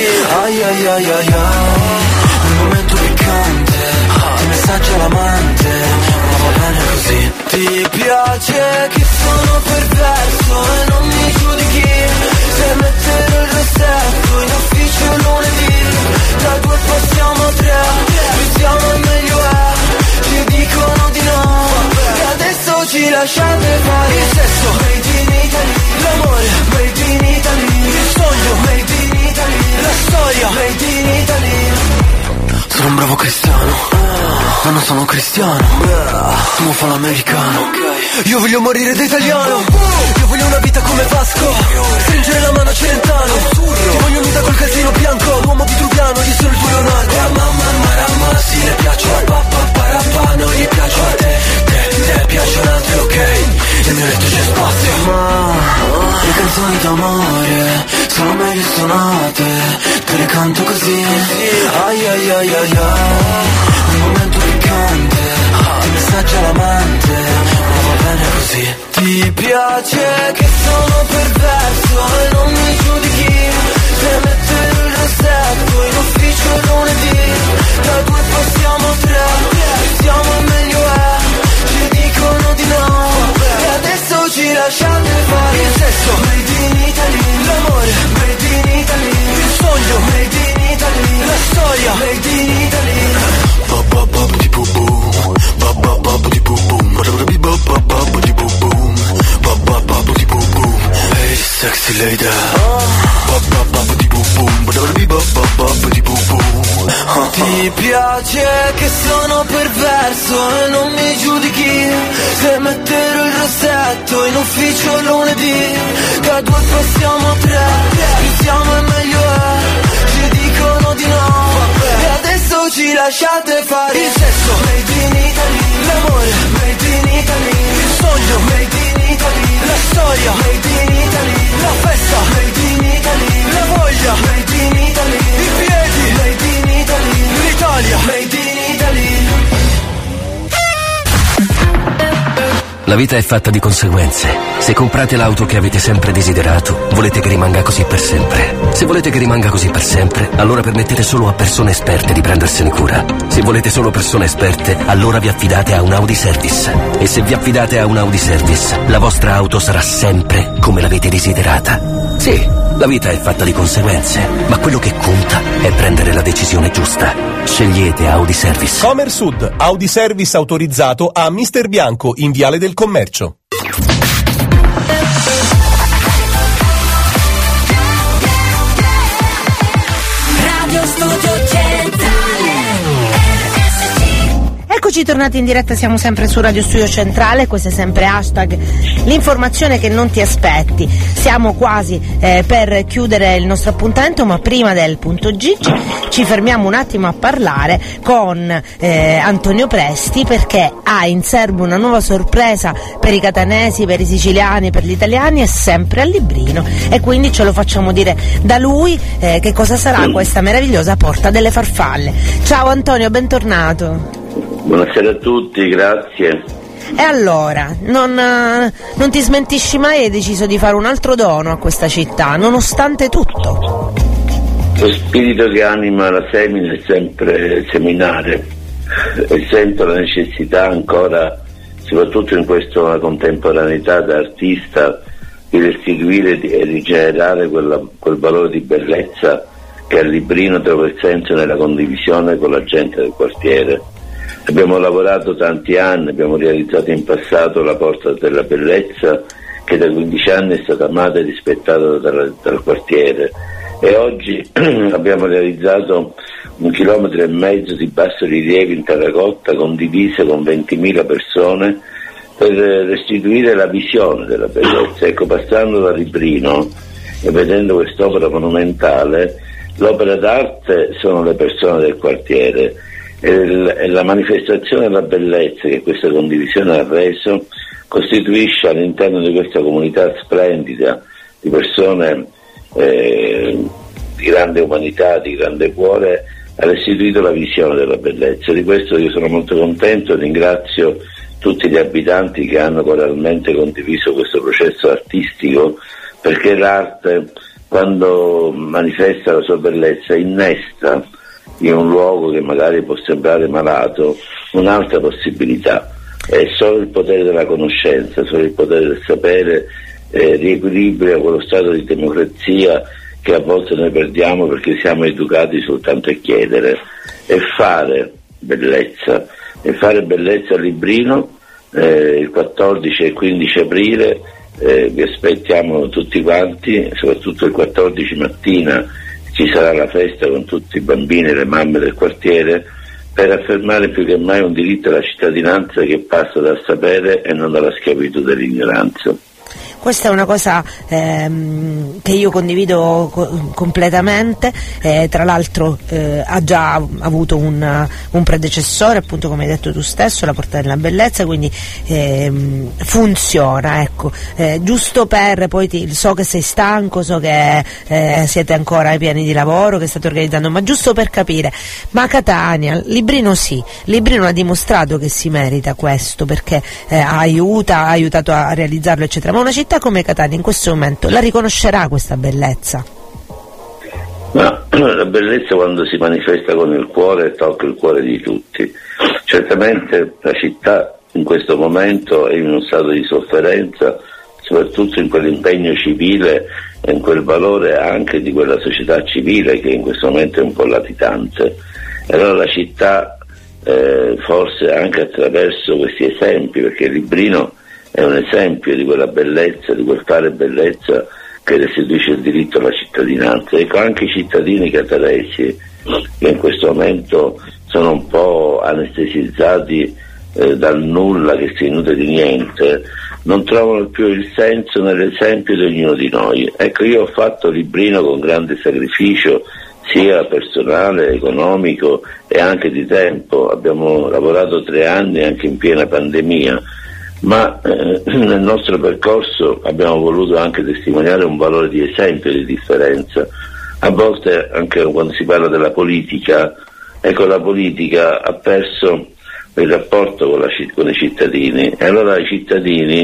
ai ai ai ai ai, nel momento piccante, ti messaggio l'amante, ma va bene così. Ti piace che sono perverso e non mi giudichi, se mettere il rossetto in ufficio lunedì, da due passiamo a tre, più siamo e meglio è, ci dicono di no, e adesso ci lasciate fare il sesso, made in Italy, l'amore, made in Italy, il sogno, made in Italy, la storia, made in Italy. Sono un bravo cristiano, ma non sono cristiano, tu fa l'americano, io voglio morire da italiano, io voglio una vita come Vasco, stringere la mano a Celentano, ti voglio nuda col calzino bianco, l'uomo vitruviano, io sono il tuo Leonardo. E a mamma marama, sì le piaccio a papà, parapà, non gli piaccio a te, te, te piacciono altri, ok, nel mio letto c'è spazio. Ma le canzoni d'amore sono meglio suonate, te le canto così, ai ai ai ai ai, nel momento piccante, ti messaggio l'amante, ma va bene così. Ti piace che sono perverso e non mi giudichi, se mettere il rossetto in ufficio lunedì, da due passiamo a tre, siamo e meglio è, ci dicono di no, e adesso ci lasciate fare il sesso, made in Italy, l'amore, made in Italy, il sogno, made in Italy, la storia, made in Italy. Ba ba ba di bu boom, ba ba ba di bu boom, ba ba ba di bu boom, ba ba ba di bu boom. Hey sexy lady, ba ba ba di bu boom, ba ba ba di bu boom. Ti piace che sono perverso e non mi giudichi, se mettere il rossetto in ufficio lunedì, da due passiamo a tre, più siamo e meglio è, ci dicono di no, e adesso ci lasciate fare il sesso, made in Italy, l'amore, made in Italy, il sogno, made in Italy, la storia, made in Italy, la festa, made in Italy, la voglia, made in Italy, i piedi, made in Italy, l'Italia, made in Italy. La vita è fatta di conseguenze. Se comprate l'auto che avete sempre desiderato, volete che rimanga così per sempre. Se volete che rimanga così per sempre, allora permettete solo a persone esperte di prendersene cura. Se volete solo persone esperte, allora vi affidate a un Audi Service. E se vi affidate a un Audi Service, la vostra auto sarà sempre come l'avete desiderata. Sì, la vita è fatta di conseguenze, ma quello che conta è prendere la decisione giusta. Scegliete Audi Service. Comer Sud, Audi Service autorizzato a Mister Bianco in Viale del Commercio. Eccoci tornati in diretta, siamo sempre su Radio Studio Centrale, questo è sempre hashtag l'informazione che non ti aspetti. Siamo quasi eh, per chiudere il nostro appuntamento, ma prima del punto G ci fermiamo un attimo a parlare con eh, Antonio Presti, perché ha in serbo una nuova sorpresa per i catanesi, per i siciliani, per gli italiani, e sempre al Librino, e quindi ce lo facciamo dire da lui eh, che cosa sarà questa meravigliosa Porta delle Farfalle. Ciao Antonio, bentornato. Buonasera a tutti, grazie. E allora, non, non ti smentisci mai e hai deciso di fare un altro dono a questa città, nonostante tutto? Lo spirito che anima la semina è sempre seminare, e sento la necessità ancora, soprattutto in questa contemporaneità da artista, di restituire e rigenerare quella, quel valore di bellezza che al Librino trova il senso nella condivisione con la gente del quartiere. Abbiamo lavorato tanti anni, abbiamo realizzato in passato la Porta della Bellezza, che da quindici anni è stata amata e rispettata dal, dal quartiere, e oggi abbiamo realizzato un chilometro e mezzo di bassorilievi in terracotta condivise con ventimila persone per restituire la visione della bellezza. Ecco, passando da Librino e vedendo quest'opera monumentale, l'opera d'arte sono le persone del quartiere, e la manifestazione della bellezza che questa condivisione ha reso costituisce all'interno di questa comunità splendida di persone eh, di grande umanità, di grande cuore, ha restituito la visione della bellezza. Di questo io sono molto contento e ringrazio tutti gli abitanti che hanno coralmente condiviso questo processo artistico, perché l'arte, quando manifesta la sua bellezza, innesta in un luogo che magari può sembrare malato un'altra possibilità. È solo il potere della conoscenza, solo il potere del sapere eh, riequilibra quello stato di democrazia che a volte noi perdiamo perché siamo educati soltanto a chiedere e fare bellezza. E fare bellezza a Librino eh, il quattordici e quindici aprile eh, vi aspettiamo tutti quanti, soprattutto il quattordici mattina ci sarà la festa con tutti i bambini e le mamme del quartiere, per affermare più che mai un diritto alla cittadinanza che passa dal sapere e non dalla schiavitù dell'ignoranza. Questa è una cosa ehm, che io condivido co- completamente, eh, tra l'altro eh, ha già avuto un, un predecessore, appunto come hai detto tu stesso, la Porta della Bellezza, quindi ehm, funziona, ecco. Eh, giusto per, poi ti, so che sei stanco, so che eh, siete ancora ai piani di lavoro, che state organizzando, ma giusto per capire, ma Catania, Librino sì, Librino ha dimostrato che si merita questo, perché eh, aiuta, ha aiutato a realizzarlo, eccetera, ma una città come Catania in questo momento la riconoscerà questa bellezza? Ma la bellezza, quando si manifesta con il cuore, tocca il cuore di tutti. Certamente la città in questo momento è in uno stato di sofferenza, soprattutto in quell'impegno civile e in quel valore anche di quella società civile che in questo momento è un po' latitante. E allora la città eh, forse anche attraverso questi esempi, perché Librino è un esempio di quella bellezza, di quel fare bellezza che restituisce il diritto alla cittadinanza. Ecco, anche i cittadini catanesi, che in questo momento sono un po' anestesizzati eh, dal nulla, che si nutre di niente, non trovano più il senso nell'esempio di ognuno di noi. Ecco, io ho fatto Librino con grande sacrificio, sia personale, economico e anche di tempo. Abbiamo lavorato tre anni anche in piena pandemia, ma eh, nel nostro percorso abbiamo voluto anche testimoniare un valore di esempio, di differenza. A volte, anche quando si parla della politica, ecco, la politica ha perso il rapporto con, la, con i cittadini, e allora i cittadini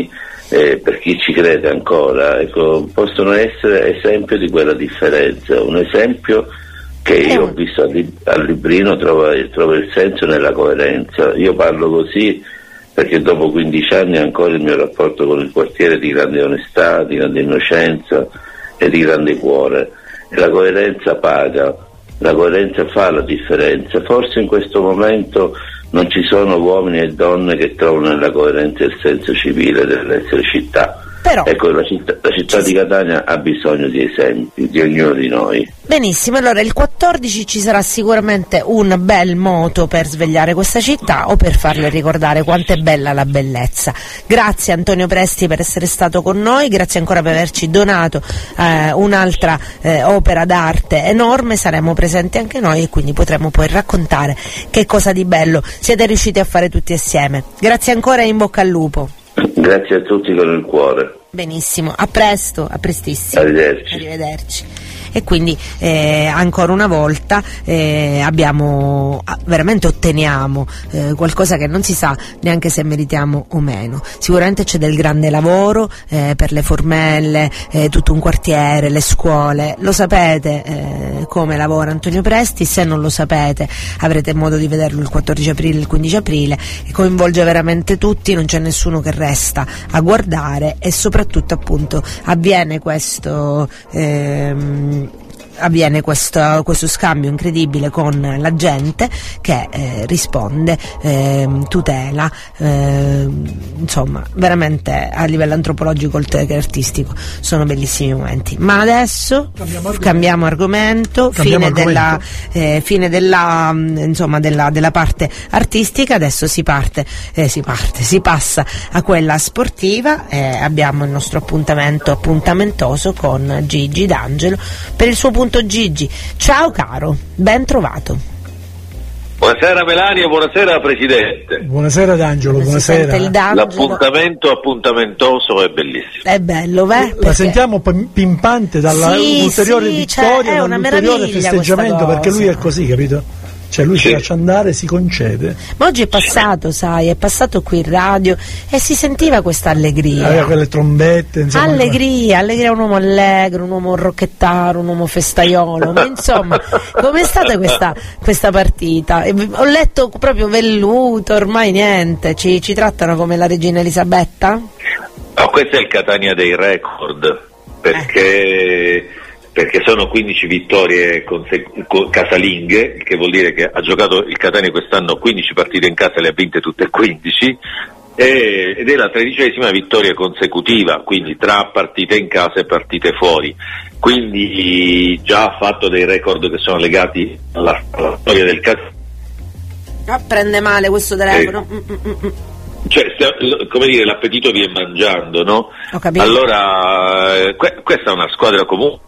eh, per chi ci crede ancora, ecco, possono essere esempio di quella differenza, un esempio che io ho visto al, Lib- al Librino, trova, trova il senso nella coerenza. Io parlo così perché dopo quindici anni ancora il mio rapporto con il quartiere è di grande onestà, di grande innocenza e di grande cuore, e la coerenza paga, la coerenza fa la differenza. Forse in questo momento non ci sono uomini e donne che trovano nella coerenza il senso civile dell'essere città. Però, ecco, la città, la città di Catania ha bisogno di esempi, di ognuno di noi. Benissimo, allora il quattordici ci sarà sicuramente un bel moto per svegliare questa città o per farle ricordare quanto è bella la bellezza. Grazie Antonio Presti per essere stato con noi, grazie ancora per averci donato eh, un'altra eh, opera d'arte enorme, saremo presenti anche noi e quindi potremo poi raccontare che cosa di bello siete riusciti a fare tutti assieme. Grazie ancora e in bocca al lupo. Grazie a tutti con il cuore. Benissimo, a presto, a prestissimo. Arrivederci. Arrivederci. E quindi eh, ancora una volta eh, abbiamo veramente otteniamo eh, qualcosa che non si sa neanche se meritiamo o meno. Sicuramente c'è del grande lavoro eh, per le formelle, eh, tutto un quartiere, le scuole. Lo sapete eh, come lavora Antonio Presti, se non lo sapete avrete modo di vederlo il quattordici aprile, il quindici aprile, e coinvolge veramente tutti, non c'è nessuno che resta a guardare e soprattutto appunto avviene questo ehm, avviene questo, questo scambio incredibile con la gente che eh, risponde, eh, tutela, eh, insomma veramente a livello antropologico oltre che artistico sono bellissimi momenti. Ma adesso cambiamo argomento, cambiamo argomento cambiamo fine, argomento. Della, eh, fine della, insomma, della, della parte artistica, adesso si parte, eh, si parte, si passa a quella sportiva, eh, abbiamo il nostro appuntamento appuntamentoso con Gigi D'Angelo per il suo punto Gigi. Ciao caro, ben trovato. Buonasera Melania, buonasera Presidente. Buonasera D'Angelo, buonasera. L'appuntamento appuntamentoso è bellissimo. È bello, beh? La Perché... sentiamo pimpante dalla sì, ulteriore sì, vittoria, cioè, è una dall'ulteriore festeggiamento, perché lui è così, capito? Cioè lui sì. Si lascia andare, si concede. Ma oggi è passato, sai, è passato qui in radio e si sentiva questa allegria. Aveva quelle trombette, insomma. Allegria, allegria, un uomo allegro, un uomo rocchettaro, un uomo festaiolo. Ma insomma, com'è stata questa, questa partita? Ho letto proprio velluto, ormai niente. Ci, ci trattano come la regina Elisabetta? Oh, questo è il Catania dei record, perché... Eh. perché sono quindici vittorie consecu- casalinghe, il che vuol dire che ha giocato il Catania quest'anno quindici partite in casa e le ha vinte tutte e quindici, e, ed è la tredicesima vittoria consecutiva, quindi tra partite in casa e partite fuori, quindi già ha fatto dei record che sono legati alla, alla storia del Catania. Ah, prende male questo telefono. Eh. Mm, mm, mm. Cioè, come dire, l'appetito viene mangiando, no? Ho capito. Allora, eh, que- questa è una squadra comunque.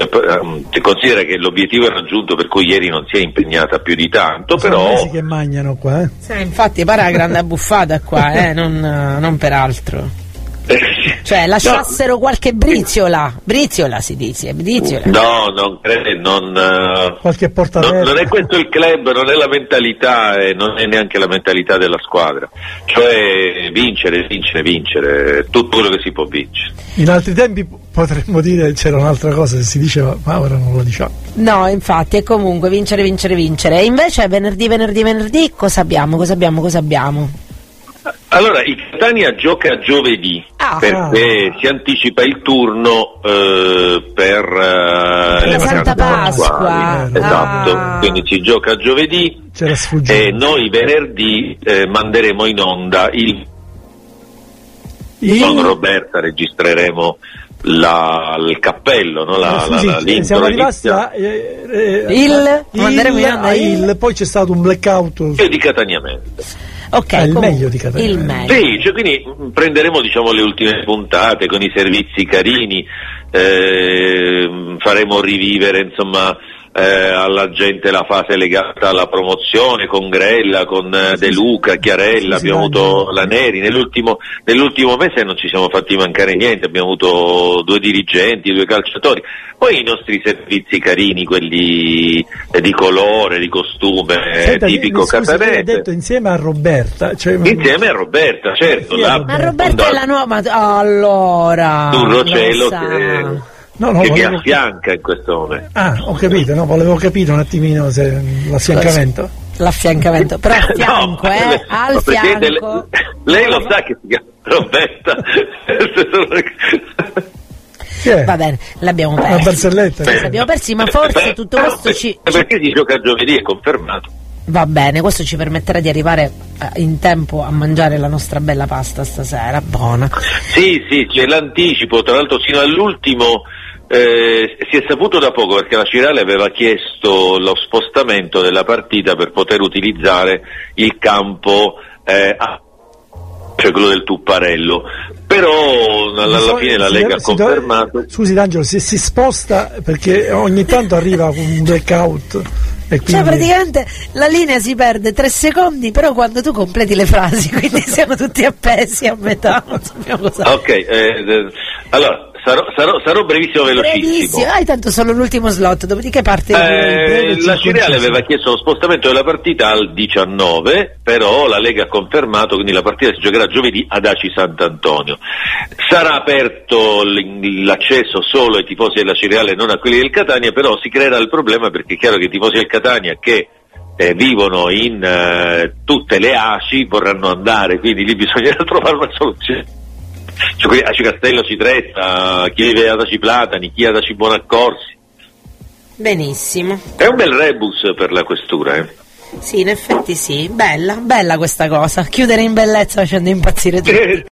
Ti considera che l'obiettivo è raggiunto, per cui ieri non si è impegnata più di tanto, sono però mesi che mangiano qua, eh? Sì, infatti pare una grande abbuffata qua, eh? non, non per altro. Cioè lasciassero no. qualche briziola, briziola si dice, briziola. No, non credo, non, uh, qualche portaterra. Non, non è questo il club, non è la mentalità e non è neanche la mentalità della squadra. Cioè vincere, vincere, vincere, tutto quello che si può vincere. In altri tempi potremmo dire c'era un'altra cosa che si diceva, ma ora non lo diciamo. No, infatti, è comunque vincere, vincere, vincere. E invece venerdì, venerdì, venerdì cosa abbiamo, cosa abbiamo, cosa abbiamo? Allora, il Catania gioca giovedì, ah, perché si anticipa il turno eh, per eh, la Santa Pasqua. Esatto, ah. Quindi si gioca giovedì e noi venerdì eh, manderemo in onda il... il... Con Roberta registreremo la, il cappello, no? la, sì, la, sì, la, sì, siamo arrivati a eh, eh, il, il, a il, poi c'è stato un blackout e di Catania Mente. Ok, ah, il meglio di Catania. Il meglio. Sì, cioè, quindi prenderemo diciamo le ultime puntate con i servizi carini, eh, faremo rivivere insomma eh, alla gente la fase legata alla promozione con Grella, con eh, De Luca, Chiarella, sì, sì, abbiamo sì, avuto la Neri, nell'ultimo, nell'ultimo mese non ci siamo fatti mancare niente, abbiamo avuto due dirigenti, due calciatori, poi i nostri servizi carini, quelli eh, di colore, di costume, Senta, tipico scusi, lei ha catanese. detto insieme a Roberta, cioè, Insieme a Roberta, certo. Sì, la, Ma Roberta è la nuova, ma allora Azzurro lo cielo sa. che, No, no, che mi volevo- affianca in questo momento. Ah, ho capito, no, volevo capire un attimino se l'affiancamento. L'affiancamento, però a fianco, No, eh, al ma perché fianco. Lei, lei lo sa che si chiama Roberta. Chi è? Va bene, l'abbiamo Una persi. barzelletta. Ci abbiamo persi, ma forse tutto questo ci, Perché si gioca giovedì, è confermato. va bene, questo ci permetterà di arrivare eh, in tempo a mangiare la nostra bella pasta stasera, buona. Sì, sì, c'è l'anticipo, tra l'altro sino all'ultimo eh, si è saputo da poco perché la Cirale aveva chiesto lo spostamento della partita per poter utilizzare il campo eh, a, cioè quello del Tupparello, però alla, alla fine la Si Lega deve- ha si deve- confermato. Scusi D'Angelo, se si sposta perché ogni tanto arriva un blackout e quindi... Cioè praticamente la linea si perde tre secondi, però quando tu completi le frasi, quindi siamo tutti appesi a metà, non sappiamo cosa. Ok, eh, eh, allora sarò, sarò, sarò brevissimo, velocissimo. Brevissimo, hai tanto solo l'ultimo slot, dopodiché parte il Eh, breve la ci Cirale concesso. aveva chiesto lo spostamento della partita al diciannove, però la Lega ha confermato, quindi la partita si giocherà giovedì ad Aci Sant'Antonio. Sarà aperto l- l'accesso solo ai tifosi della Cirale, non a quelli del Catania, però si creerà il problema perché è chiaro che i tifosi del Catania che eh, vivono in eh, tutte le Aci vorranno andare, quindi lì bisognerà trovare una soluzione. Cioè, qui Aci Castello si Tretta, chi vive ad Aci Platani, chi ad Aci Buonaccorsi. Benissimo. È un bel rebus per la questura, eh. Sì, in effetti sì, bella, bella questa cosa, chiudere in bellezza facendo impazzire tutti.